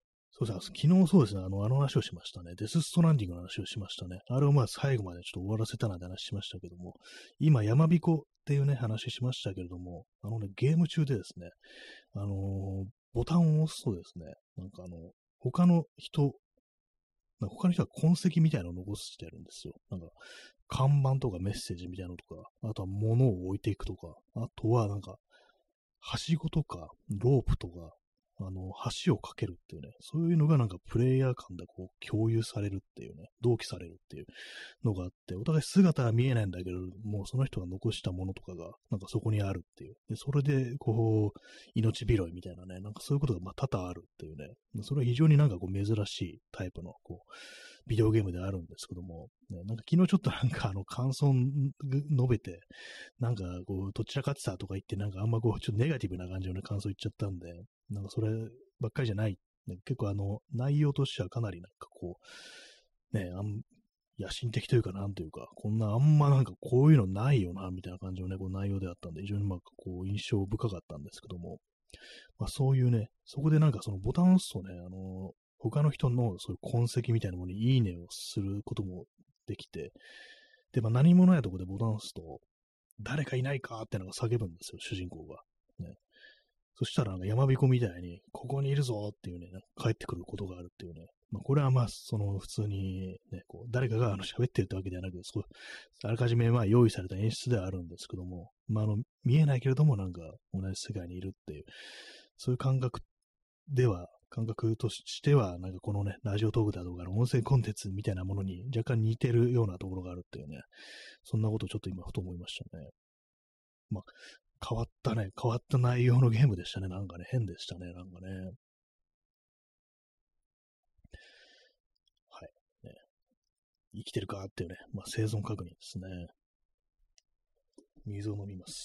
そうですね、昨日そうですね、あの話をしましたね。デスストランディングの話をしましたね。あれをまあ最後までちょっと終わらせたなんて話しましたけども、今、山彦っていうね、話しましたけれども、ゲーム中でですね、ボタンを押すとですね、なんか他の人、他の人は痕跡みたいなのを残してるんですよ。なんか、看板とかメッセージみたいなのとか、あとは物を置いていくとか、あとはなんか、はしごとか、ロープとか、橋を架けるっていうね、そういうのがなんかプレイヤー間でこう共有されるっていうね、同期されるっていうのがあって、お互い姿は見えないんだけど、もうその人が残したものとかが、なんかそこにあるっていう。で、それで、こう、命拾いみたいなね、なんかそういうことがまあ多々あるっていうね、それは非常になんかこう珍しいタイプの、こう、ビデオゲームであるんですけども、ね、なんか昨日ちょっとなんか感想述べて、なんかこう、どちらかってたとか言って、なんかあんまこう、ちょっとネガティブな感じの、ね、感想言っちゃったんで、なんかそればっかりじゃない。ね、結構内容としてはかなりなんかこう、ね、野心的というか、なんというか、こんなあんまなんかこういうのないよな、みたいな感じのね、こう内容であったんで、非常にまあこう印象深かったんですけども、まあそういうね、そこでなんかそのボタンを押すとね、他の人のそういう痕跡みたいなものにいいねをすることもできて、で、まあ何もないところでボタンを押すと、誰かいないかってのが叫ぶんですよ、主人公が。ね、そしたらなんか山彦みたいに、ここにいるぞっていうね、なんか帰ってくることがあるっていうね。まあ、これはまあ、普通にね、こう、誰かが喋ってるってわけではなく、あらかじめまあ用意された演出ではあるんですけども、まあ、見えないけれどもなんか同じ世界にいるっていう、そういう感覚としては、なんかこのね、ラジオトークだとかの音声コンテンツみたいなものに若干似てるようなところがあるっていうね、そんなことをちょっと今ふと思いましたね。まあ、変わった内容のゲームでしたね。なんかね、変でしたね。なんかね。はい。ね、生きてるかっていうね、まあ、生存確認ですね。水を飲みます。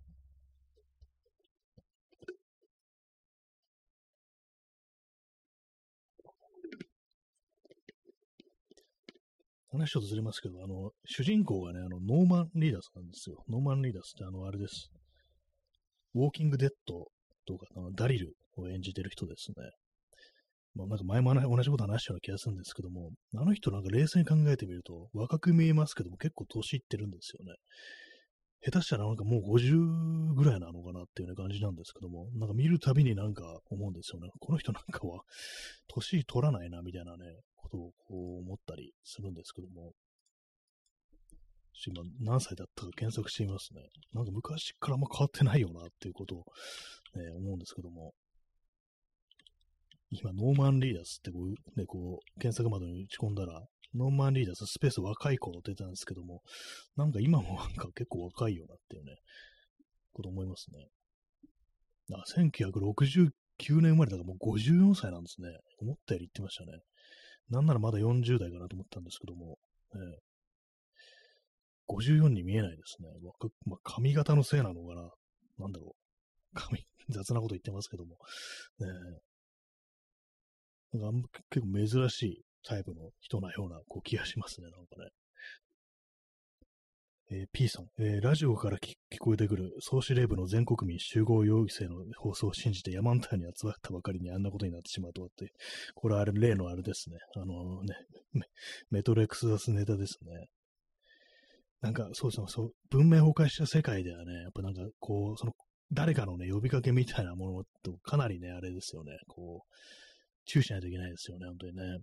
話ちょっとずれますけど、主人公がね、ノーマン・リーダースなんですよ。ノーマン・リーダースってあれです。ウォーキング・デッドとか、ダリルを演じてる人ですね。まあ、なんか前も同じこと話したような気がするんですけども、あの人なんか冷静に考えてみると、若く見えますけども、結構年いってるんですよね。下手したらなんかもう50ぐらいなのかなっていう、ね、感じなんですけども、なんか見るたびになんか思うんですよね。この人なんかは年取らないなみたいなね、ことをこう思ったりするんですけども、今何歳だったか検索してみますね。なんか昔からあんま変わってないよなっていうことを、ね、思うんですけども、今ノーマン・リーダースってこう、ね、こう検索窓に打ち込んだら、ノーマン・リーダーススペース若い頃出たんですけども、なんか今もなんか結構若いよなっていうね、こと思いますね。1969年生まれだからもう54歳なんですね。思ったより言ってましたね。なんならまだ40代かなと思ったんですけども、54に見えないですね。まあ、髪型のせいなのかな。なんだろう。雑なこと言ってますけども。なんか結構珍しいタイプの人なようなこう気がしますね。なんかね。P さん、ラジオから聞こえてくる総司令部の全国民集合要請の放送を信じて山ンタに集まったばかりにあんなことになってしまうとはって、これはあれ、例のあれですね。メトロエクスダスネタですね。なんか、そうそうそう、文明崩壊した世界ではね、やっぱなんかこう、誰かのね、呼びかけみたいなものとかなりね、あれですよね。こう、注意しないといけないですよね、本当にね。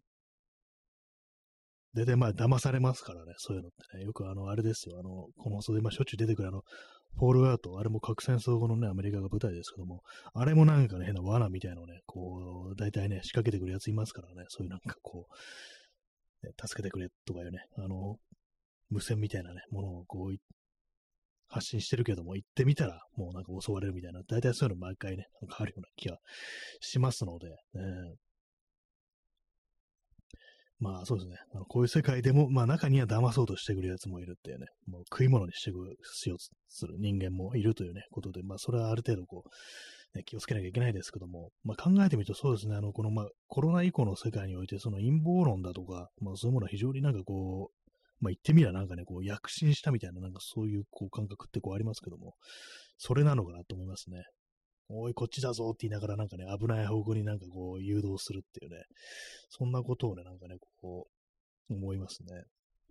大体まあ騙されますからね、そういうのってね。よくあれですよ、この放送でしょっちゅう出てくるフォールアウト、あれも核戦争後のね、アメリカが舞台ですけども、あれもなんかね、変な罠みたいなのをね、こう、大体ね、仕掛けてくるやついますからね、そういうなんかこう、ね、助けてくれとかいうね、無線みたいなね、ものをこう、発信してるけども、行ってみたら、もうなんか襲われるみたいな、大体そういうの毎回ね、なんかあるような気がしますので、まあそうですね。こういう世界でも、まあ中には騙そうとしてくるやつもいるっていうね、もう食い物にしてしようとする人間もいるというね、ことで、まあそれはある程度こう、ね、気をつけなきゃいけないですけども、まあ考えてみるとそうですね、このまあコロナ以降の世界において、その陰謀論だとか、まあそういうものは非常になんかこう、まあ言ってみればなんかね、こう躍進したみたいな、なんかそういうこう感覚ってこうありますけども、それなのかなと思いますね。 おい、こっちだぞって言いながらなんかね、危ない方向になんかこう誘導するっていうね、そんなことをね、なんかね、こう、思いますね。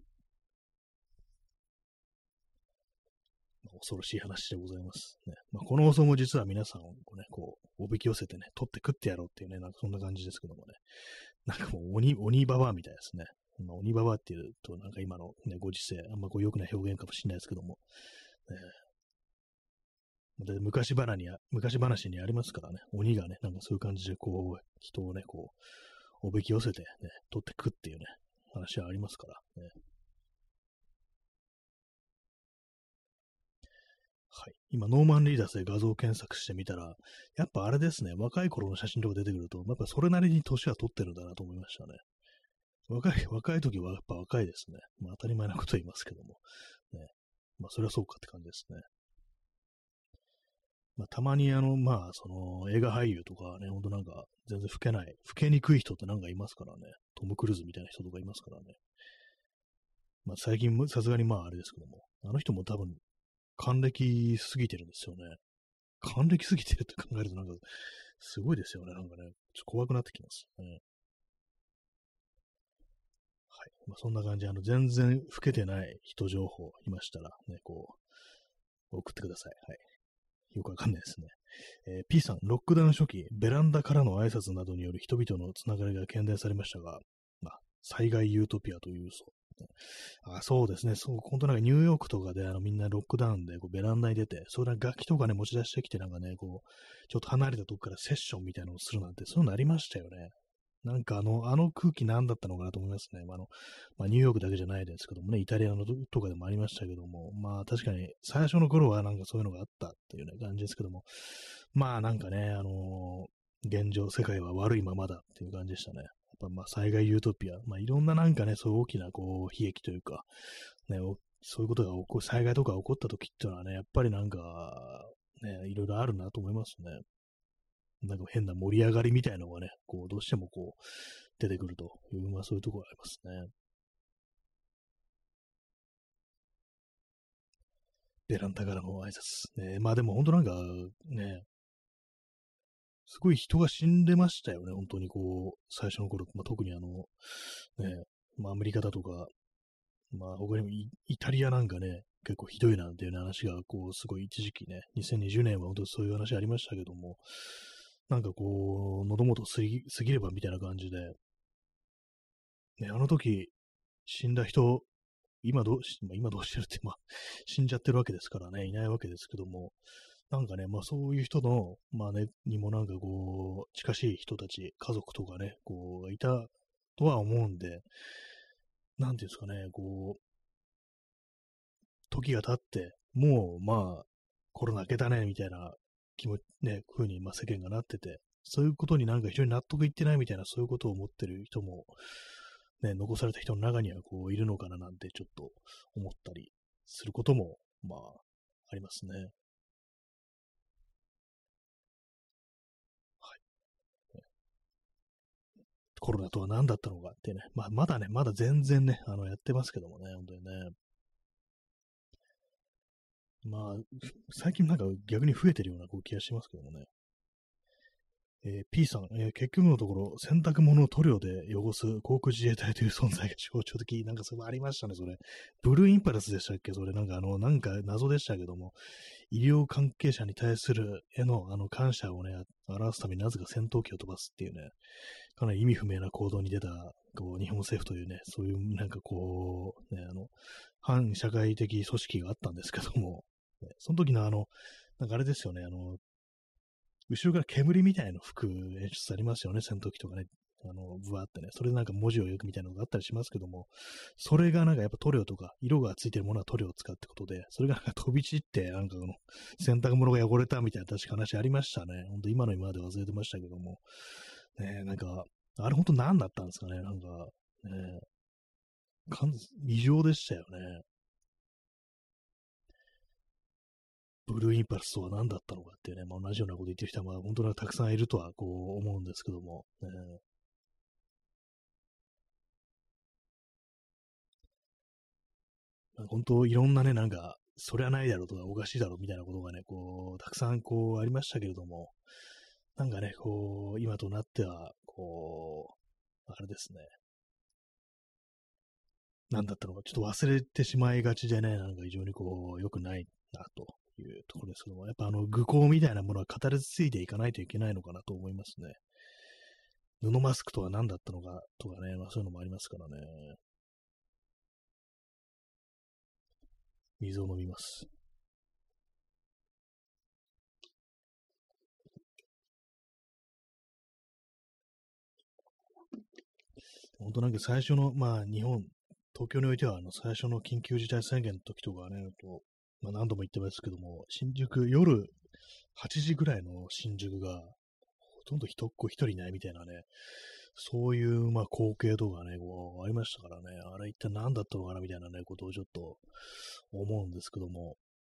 恐ろしい話でございます。ね。この放送も実は皆さんをね、こう、おびき寄せてね、取って食ってやろうっていうね、なんかそんな感じですけどもね。なんかもう鬼ババアみたいですね。鬼ババアっていうと、なんか今のね、ご時世、あんまこう良くない表現かもしれないですけども、で昔話にありますからね、鬼がね、なんかそういう感じでこう、人をね、こう、おびき寄せてね、取って食っていうね、話はありますからね。はい。今、ノーマンリーダースで画像検索してみたら、やっぱあれですね、若い頃の写真とか出てくると、やっぱそれなりに年は取ってるんだなと思いましたね。若い時はやっぱ若いですね。当たり前なこと言いますけども。ね。それはそうかって感じですね。たまにその映画俳優とかね、ほんとなんか全然老けにくい人ってなんかいますからね。トム・クルーズみたいな人とかいますからね。最近もさすがにあれですけども、あの人も多分還暦過ぎてるんですよね。還暦過ぎてるって考えるとなんかすごいですよね。なんかね、ちょっと怖くなってきますね。はい。そんな感じで、全然老けてない人情報いましたらね、こう、送ってください。はい。よくわかんないですね。P さん、ロックダウン初期、ベランダからの挨拶などによる人々のつながりが懸念されましたが、災害ユートピアという嘘。そうですね。そう、本当なんかニューヨークとかでみんなロックダウンでこうベランダに出て、それは楽器とかね、持ち出してきてなんかね、こう、ちょっと離れたとこからセッションみたいなのをするなんて、そういうのありましたよね。なんかあの空気何だったのかなと思いますね。ニューヨークだけじゃないですけどもね、イタリアのとかでもありましたけども、確かに最初の頃はなんかそういうのがあったっていうね、感じですけども、なんかね、現状、世界は悪いままだっていう感じでしたね。やっぱ災害ユートピア、いろんななんかね、そういう大きなこう、悲劇というか、ね、そういうことが起こる、災害とか起こった時っていうのはね、やっぱりなんか、ね、いろいろあるなと思いますね。なんか変な盛り上がりみたいなのがね、こう、どうしてもこう、出てくるという、そういうところがありますね。ベランダからの挨拶。ね、でも本当なんか、ね、すごい人が死んでましたよね、本当にこう、最初の頃、特にね、アメリカだとか、他にもイタリアなんかね、結構ひどいなんていう話が、こう、すごい一時期ね、2020年は本当にそういう話ありましたけども、なんかこう、喉元過ぎればみたいな感じで、ね、あの時、死んだ人、今どうしてるって、死んじゃってるわけですからね、いないわけですけども、なんかね、そういう人の、にもなんかこう、近しい人たち、家族とかね、こう、いたとは思うんで、なんていうんですかね、こう、時が経って、もう、コロナ明けたね、みたいな風に、世間がなってて、そういうことになんか非常に納得いってないみたいな、そういうことを思ってる人も、ね、残された人の中にはこういるのかななんてちょっと思ったりすることも、ありますね。はい。コロナとは何だったのかってね、まだ全然ね、やってますけどもね、本当にね。最近なんか逆に増えてるようなこう気がしますけどもね。P さん、結局のところ、洗濯物を塗料で汚す航空自衛隊という存在が象徴的。なんかそれありましたね、それ。ブルーインパルスでしたっけそれ、なんかなんか謎でしたけども、医療関係者に対するへの感謝をね、表すためになぜか戦闘機を飛ばすっていうね、かなり意味不明な行動に出た、こう、日本政府というね、そういうなんかこう、ね、反社会的組織があったんですけども、ね、その時のなんかあれですよね、後ろから煙みたいの吹く演出ありますよね、戦闘機とかね。ブワーってね、それでなんか文字を読くみたいなのがあったりしますけども、それがなんかやっぱ塗料とか、色がついてるものは塗料を使うってことで、それがなんか飛び散って、なんか洗濯物が汚れたみたいな確か話ありましたね。ほんと今の今まで忘れてましたけども。ねなんか、あれほんと何だったんですかね、なんか、ね異常でしたよね。ブルーインパルスとは何だったのかっていうね、同じようなこと言ってる人は、本当にたくさんいるとはこう思うんですけども、本当いろんなね、なんかそれはないだろうとか、おかしいだろうみたいなことがね、こう、たくさんこう、ありましたけれども、なんかね、こう、今となっては、こう、あれですね、なんだったのか、ちょっと忘れてしまいがちでね、なんか非常にこう、良くないな、というところですけども、やっぱ愚行みたいなものは語り継いでいかないといけないのかなと思いますね。布マスクとは何だったのかとかね、まあそういうのもありますからね。水を飲みます。本当なんか最初の、まあ日本、東京においては最初の緊急事態宣言の時とかね、まあ何度も言ってますけども、新宿、夜8時ぐらいの新宿が、ほとんど人っ子一人いないみたいなね、そういう、まあ、光景とかね、こう、ありましたからね、あれ一体何だったのかなみたいなね、ことをちょっと思うんですけども、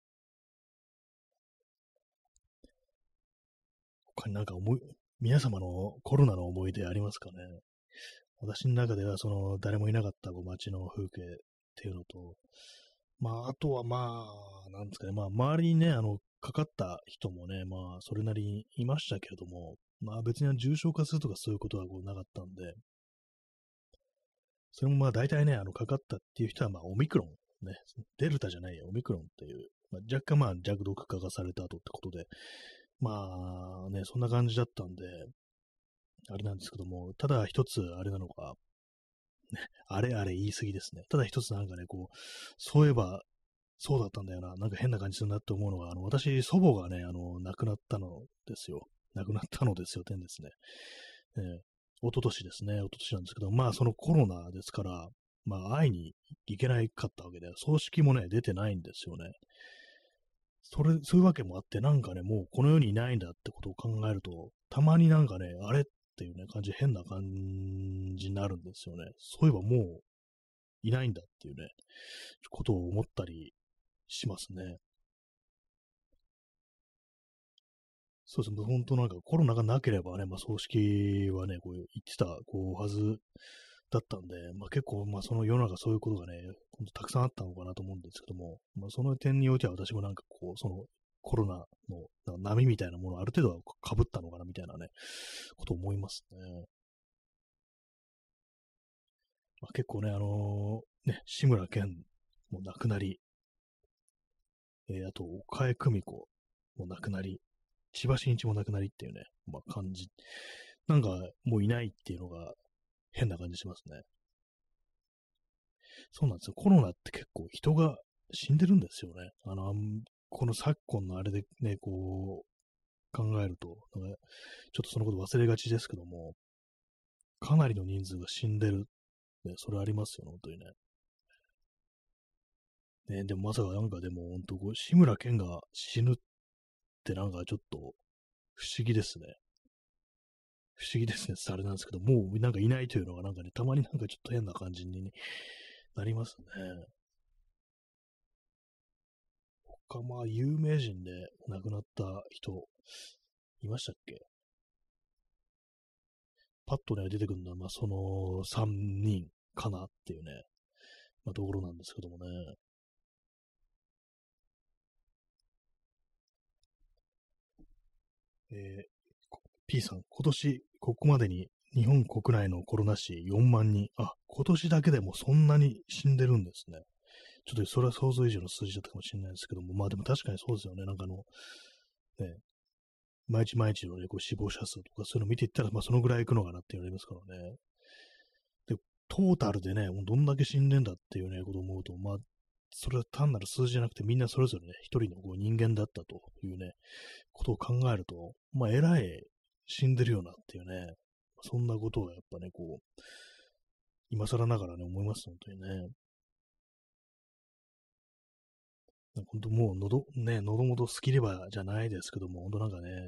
他になんか皆様のコロナの思い出ありますかね？私の中では、誰もいなかったこう街の風景っていうのと、まあ、あとはまあ、なんですかね、まあ、周りにね、かかった人もね、まあ、それなりにいましたけれども、まあ、別に重症化するとかそういうことはこうなかったんで、それもまあ、大体ね、かかったっていう人は、まあ、オミクロン、ね、デルタじゃないや、オミクロンっていう、まあ、若干まあ、弱毒化がされた後ってことで、まあね、そんな感じだったんで、あれなんですけども、ただ一つあれなのが、あれあれ言い過ぎですね。ただ一つなんかね、こう、そういえば、そうだったんだよな、なんか変な感じするなって思うのが、私、祖母がね、亡くなったのですよ。亡くなったのですよ、点ですね。えー一昨年ですね、一昨年なんですけど、まあ、そのコロナですから、まあ、会いに行けないかったわけで、葬式もね、出てないんですよね。そういうわけもあって、なんかね、もうこの世にいないんだってことを考えると、たまになんかね、あれっていうね、変な感じになるんですよね。そういえばもういないんだっていうね、ことを思ったりしますね。そうですね、本当なんかコロナがなければね、まあ葬式はね、こう言ってた、こう、はずだったんで、まあ結構、まあその世の中そういうことがね、ほんとたくさんあったのかなと思うんですけども、まあその点においては私もなんかこう、コロナのなんか波みたいなものをある程度は被ったのかなみたいなね、ことを思いますね。まあ、結構ね、ね、志村けんも亡くなり、あと、岡江久美子も亡くなり、千葉真一も亡くなりっていうね、まあ感じ。なんかもういないっていうのが変な感じしますね。そうなんですよ。コロナって結構人が死んでるんですよね。この昨今のあれでね、こう考えると、なんかちょっとそのこと忘れがちですけども、かなりの人数が死んでる。ね、それありますよね、本当にね。ね、でもまさかなんかでも本当こう、志村けんが死ぬってなんかちょっと不思議ですね。不思議ですね。あれなんですけど、もうなんかいないというのがなんかね、たまになんかちょっと変な感じになりますね。まあ、有名人で亡くなった人、いましたっけ？パッとね、出てくるのは、まあ、その3人かなっていうね、まあ、ところなんですけどもね。えー P さん、今年、ここまでに日本国内のコロナ死4万人。あ、今年だけでもそんなに死んでるんですね。ちょっとそれは想像以上の数字だったかもしれないですけども、まあでも確かにそうですよね。なんかね、毎日毎日のね、こう死亡者数とかそういうの見ていったら、まあそのぐらいいくのかなって言われますからね。で、トータルでね、もうどんだけ死んでんだっていうね、ことを思うと、まあ、それは単なる数字じゃなくて、みんなそれぞれね、一人のこう人間だったというね、ことを考えると、まあ、えらい死んでるよなっていうね、そんなことをやっぱね、こう、今更ながらね、思います、本当にね。なんか本当もう喉元スキレバじゃないですけども、本当なんかね、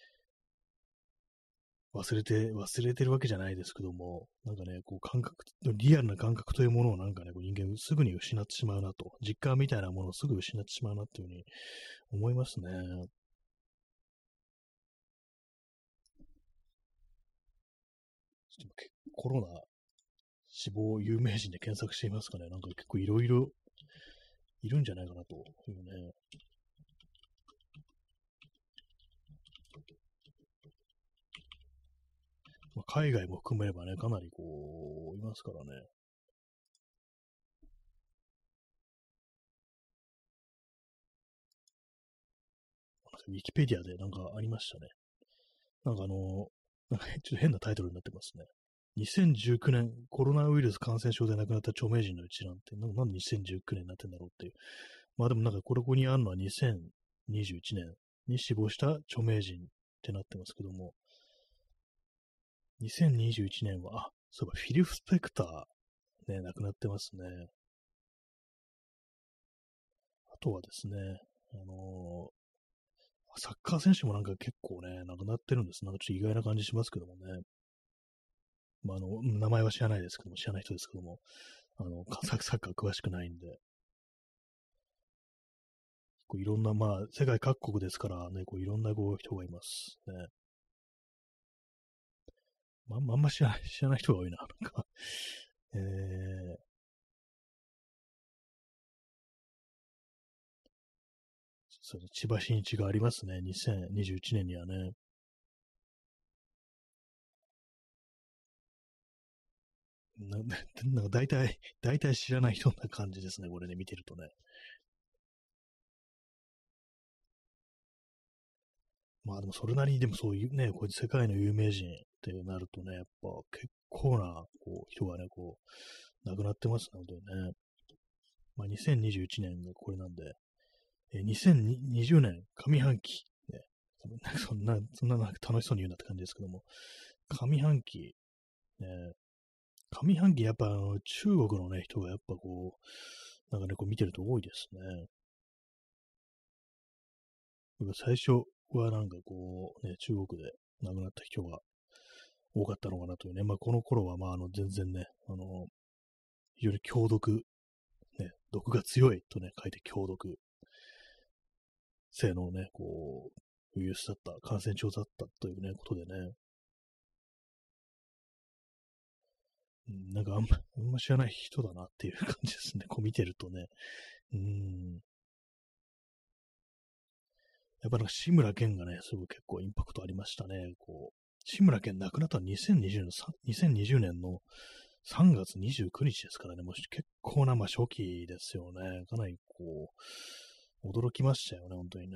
忘れてるわけじゃないですけども、なんかね、こう感覚、リアルな感覚というものをなんかね、こう人間すぐに失ってしまうなと、実感みたいなものをすぐ失ってしまうなっていうふうに思いますね。ちょっとコロナ死亡有名人で検索していますかね。なんか結構いろいろいるんじゃないかなというね。まあ、海外も含めればね、かなりこう、いますからね。ウィキペディアでなんかありましたね。なんかなんかちょっと変なタイトルになってますね。2019年コロナウイルス感染症で亡くなった著名人の一覧って、なんで2019年になってんだろうっていう。まあでもなんかここにあるのは2021年に死亡した著名人ってなってますけども、2021年は、そういえばフィル・スペクターね、亡くなってますね。あとはですね、あのサッカー選手もなんか結構ね、亡くなってるんです。なんかちょっと意外な感じしますけどもね。まあ、名前は知らないですけども、知らない人ですけども、サッカー詳しくないんで、こういろんな、まあ、世界各国ですからね、こういろんなこう人がいますね。あんま知らない人が多いな、なんか。えー、そう千葉真一がありますね、2021年にはね。なんか大体知らない人な感じですね、これね、見てるとね。まあでもそれなりにでもそういうね、こういう世界の有名人ってなるとね、やっぱ結構なこう人がね、こう、亡くなってますね、本当にね。まあ2021年がこれなんで、2020年上半期、ね、なんかそんななんか楽しそうに言うなって感じですけども、上半期、ね、上半期やっぱ中国のね、人がやっぱこう、なんかね、こう見てると多いですね。最初はなんかこう、ね、中国で亡くなった人が多かったのかなというね。まあ、この頃は、まあ、全然ね、非常に強毒、ね、毒が強いとね、書いて強毒性のね、こう、ウイルスだった、感染症だったというね、ことでね、なんかあんま知らない人だなっていう感じですね。こう見てるとね。うん。やっぱなんか志村けんがね、すごい結構インパクトありましたね。こう、志村けん亡くなったの2020年の3月29日ですからね、もう結構な、まあ、初期ですよね。かなりこう、驚きましたよね、本当にね。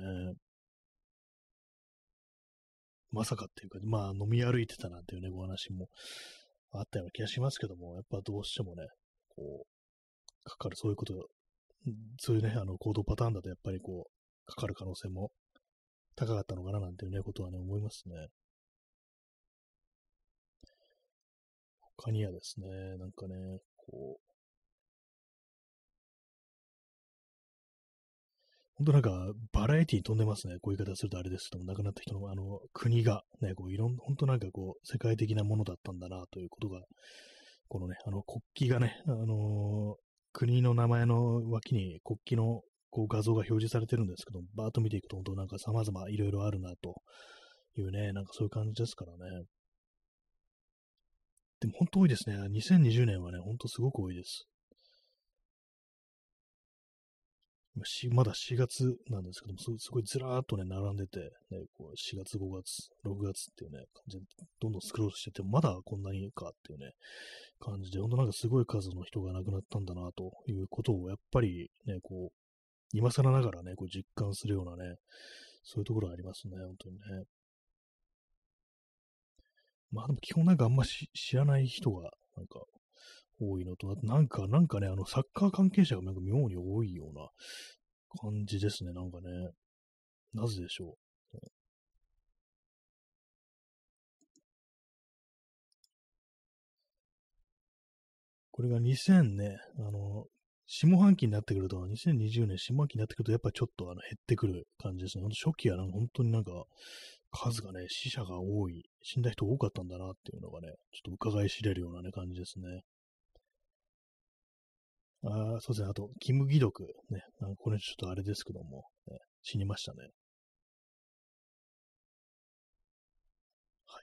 まさかっていうか、まあ、飲み歩いてたなんていうね、お話もあったような気がしますけども、やっぱどうしてもね、こう、かかる、そういうこと、そういうね、行動パターンだとやっぱりこう、かかる可能性も高かったのかななんていうね、ことはね、思いますね。他にはですね、なんかね、こう、本当なんか、バラエティに富んでますね。こういう言い方するとあれですけども、亡くなった人の、国が、ね、こう、本当なんかこう、世界的なものだったんだな、ということが、このね、国旗がね、国の名前の脇に国旗のこう画像が表示されてるんですけど、バーッと見ていくと、本当なんか様々いろいろあるな、というね、なんかそういう感じですからね。でも本当多いですね。2020年はね、本当すごく多いです。まだ4月なんですけども、すごいずらーっとね、並んでて、ね、こう4月、5月、6月っていうね、感じで、どんどんスクロールしてて、まだこんなにかっていうね、感じで、本当なんかすごい数の人が亡くなったんだな、ということを、やっぱりね、こう、今更ながらね、こう実感するようなね、そういうところがありますね、本当にね。まあでも基本なんかあんま知らない人が、なんか多いのと、あとなんかね、サッカー関係者がなんか妙に多いような感じですね、なんかね。なぜでしょう。これが2000ね、下半期になってくると、2020年下半期になってくると、やっぱちょっと減ってくる感じですね。初期はなんか本当になんか、数がね、死者が多い、死んだ人多かったんだなっていうのがね、ちょっと伺い知れるようなね、感じですね。そうですね。あと、キム・ギドク。ね。これちょっとあれですけども、ね、死にましたね。はい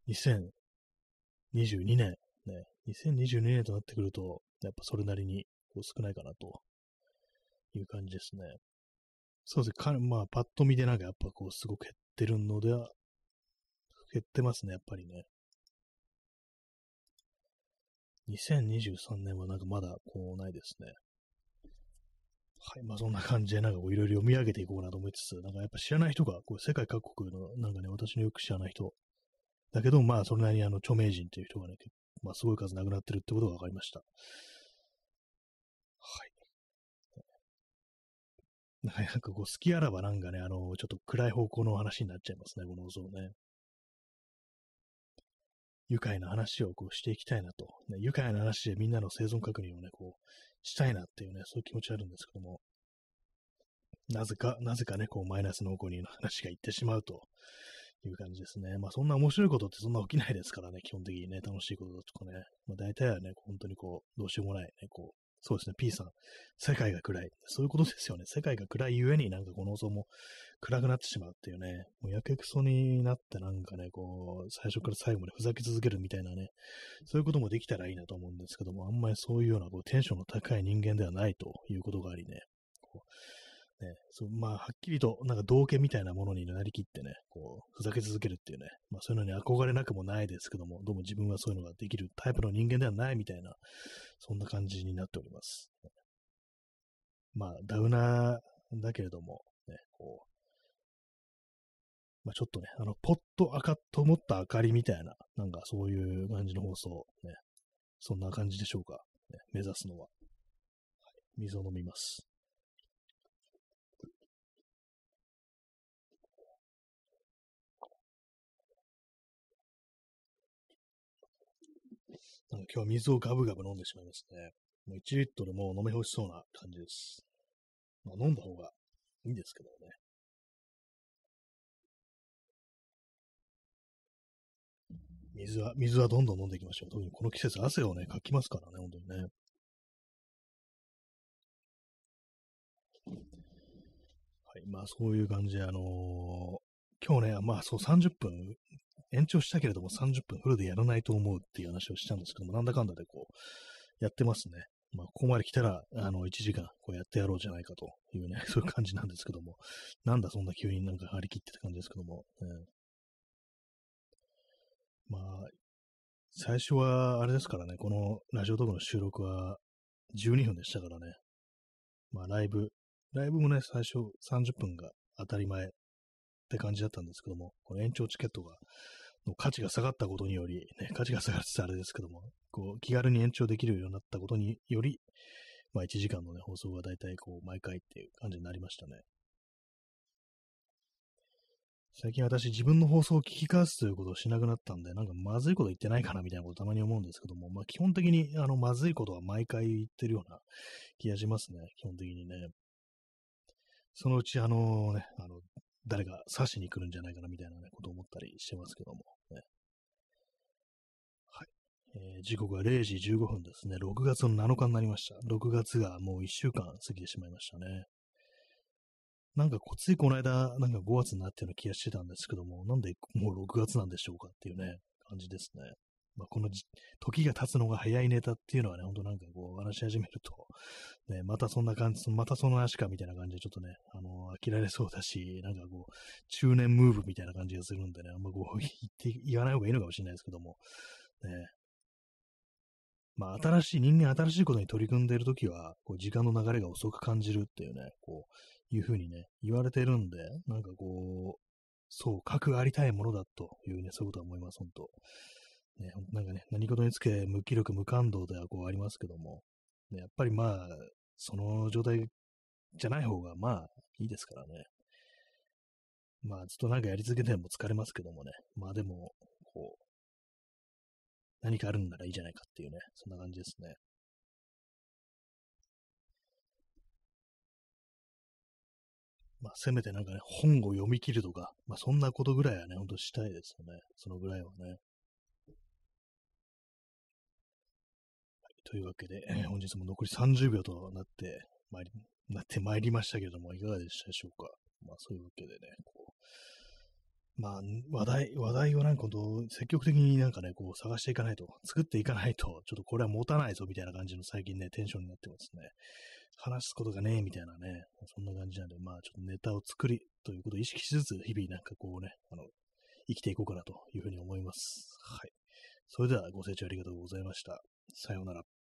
。2022年。ね。2022年となってくると、やっぱそれなりに、 こう少ないかなという感じですね。そうですね。まあ、パッと見でなんかやっぱこう、すごく減ってるのでは、減ってますね、やっぱりね。2023年はなんかまだこうないですね。はい。まあそんな感じでなんかこういろいろ読み上げていこうなと思いつつ、なんかやっぱ知らない人が、こう世界各国のなんかね、私のよく知らない人、だけどまあそれなりに著名人という人がね、まあすごい数亡くなってるってことが分かりました。はい。なんかこう好きあらばなんかね、ちょっと暗い方向の話になっちゃいますね、この放送ね。愉快な話をこうしていきたいなと。ね、愉快な話でみんなの生存確認をね、こう、したいなっていうね、そういう気持ちあるんですけども、なぜかね、こう、マイナスの方向に話がいってしまうという感じですね。まあ、そんな面白いことってそんな起きないですからね、基本的にね、楽しいこととかね。まあ、大体はね、本当にこう、どうしようもない、ね、こう、そうですね、P さん、世界が暗い。そういうことですよね。世界が暗いゆえになんかこの放送も暗くなってしまうっていうね、もうやけくそになってなんかね、こう、最初から最後までふざけ続けるみたいなね、そういうこともできたらいいなと思うんですけども、あんまりそういうようなこうテンションの高い人間ではないということがありね、こうねまあ、はっきりとなんか道家みたいなものになりきってね、こう、ふざけ続けるっていうね、まあそういうのに憧れなくもないですけども、どうも自分はそういうのができるタイプの人間ではないみたいな、そんな感じになっております。まあ、ダウナーだけれども、ね、こう、まあ、ちょっとね、ポッと赤と思った明かりみたいな、なんかそういう感じの放送、ね、そんな感じでしょうか。ね、目指すのは。水を飲みます。なんか今日は水をガブガブ飲んでしまいますね。もう1リットルもう飲み干しそうな感じです。まあ、飲んだ方がいいんですけどね。水はどんどん飲んでいきましょう。特にこの季節汗をね、かきますからね、本当にね。はい。まあそういう感じで、今日ね、まあそう30分延長したけれども30分フルでやらないと思うっていう話をしたんですけども、なんだかんだでこう、やってますね。まあ、ここまで来たら、1時間、こうやってやろうじゃないかというね、そういう感じなんですけども、なんだそんな急になんか張り切ってた感じですけども、まあ、最初は、あれですからね、このラジオトークの収録は12分でしたからね、まあ、ライブもね、最初30分が当たり前って感じだったんですけども、この延長チケットの価値が下がったことにより、ね、価値が下がってたあれですけども、こう、気軽に延長できるようになったことにより、まあ1時間のね、放送がだいたいこう、毎回っていう感じになりましたね。最近私自分の放送を聞き返すということをしなくなったんで、なんかまずいこと言ってないかなみたいなことたまに思うんですけども、まあ基本的にまずいことは毎回言ってるような気がしますね。基本的にね。そのうち誰が刺しに来るんじゃないかなみたいなね、ことを思ったりしてますけども、ね。はい。時刻は0時15分ですね。6月の7日になりました。6月がもう1週間過ぎてしまいましたね。なんかついこの間、なんか5月になったような気がしてたんですけども、なんでもう6月なんでしょうかっていうね、感じですね。まあ、時が経つのが早いネタっていうのはね、ほんとなんかこう話し始めると、ね、またそんな感じ、またその話かみたいな感じでちょっとね、飽きられそうだし、なんかこう、中年ムーブみたいな感じがするんでね、あんまこう言わない方がいいのかもしれないですけども、ね、まあ、新しいことに取り組んでいるときは、こう、時間の流れが遅く感じるっていうね、こう、いうふうにね、言われてるんで、なんかこう、そう、核ありたいものだというね、そういうことは思います、本当ね、なんかね、何事につけ無気力、無感動ではこうありますけども、ね、やっぱりまあ、その状態じゃない方がまあ、いいですからね。まあ、ずっとなんかやり続けても疲れますけどもね。まあでも、こう、何かあるんならいいじゃないかっていうね、そんな感じですね。まあ、せめてなんかね、本を読み切るとか、まあ、そんなことぐらいはね、ほんとしたいですよね。そのぐらいはね。というわけで、本日も残り30秒となってまいりましたけれども、いかがでしたでしょうか。まあ、そういうわけでね、こう、 まあ、話題をなんかほんと、積極的になんかね、こう探していかないと、作っていかないと、ちょっとこれは持たないぞみたいな感じの最近ね、テンションになってますね。話すことがねえみたいなね、そんな感じなんで、まあちょっとネタを作りということを意識しつつ、日々なんかこうね、生きていこうかなというふうに思います。はい。それではご清聴ありがとうございました。さようなら。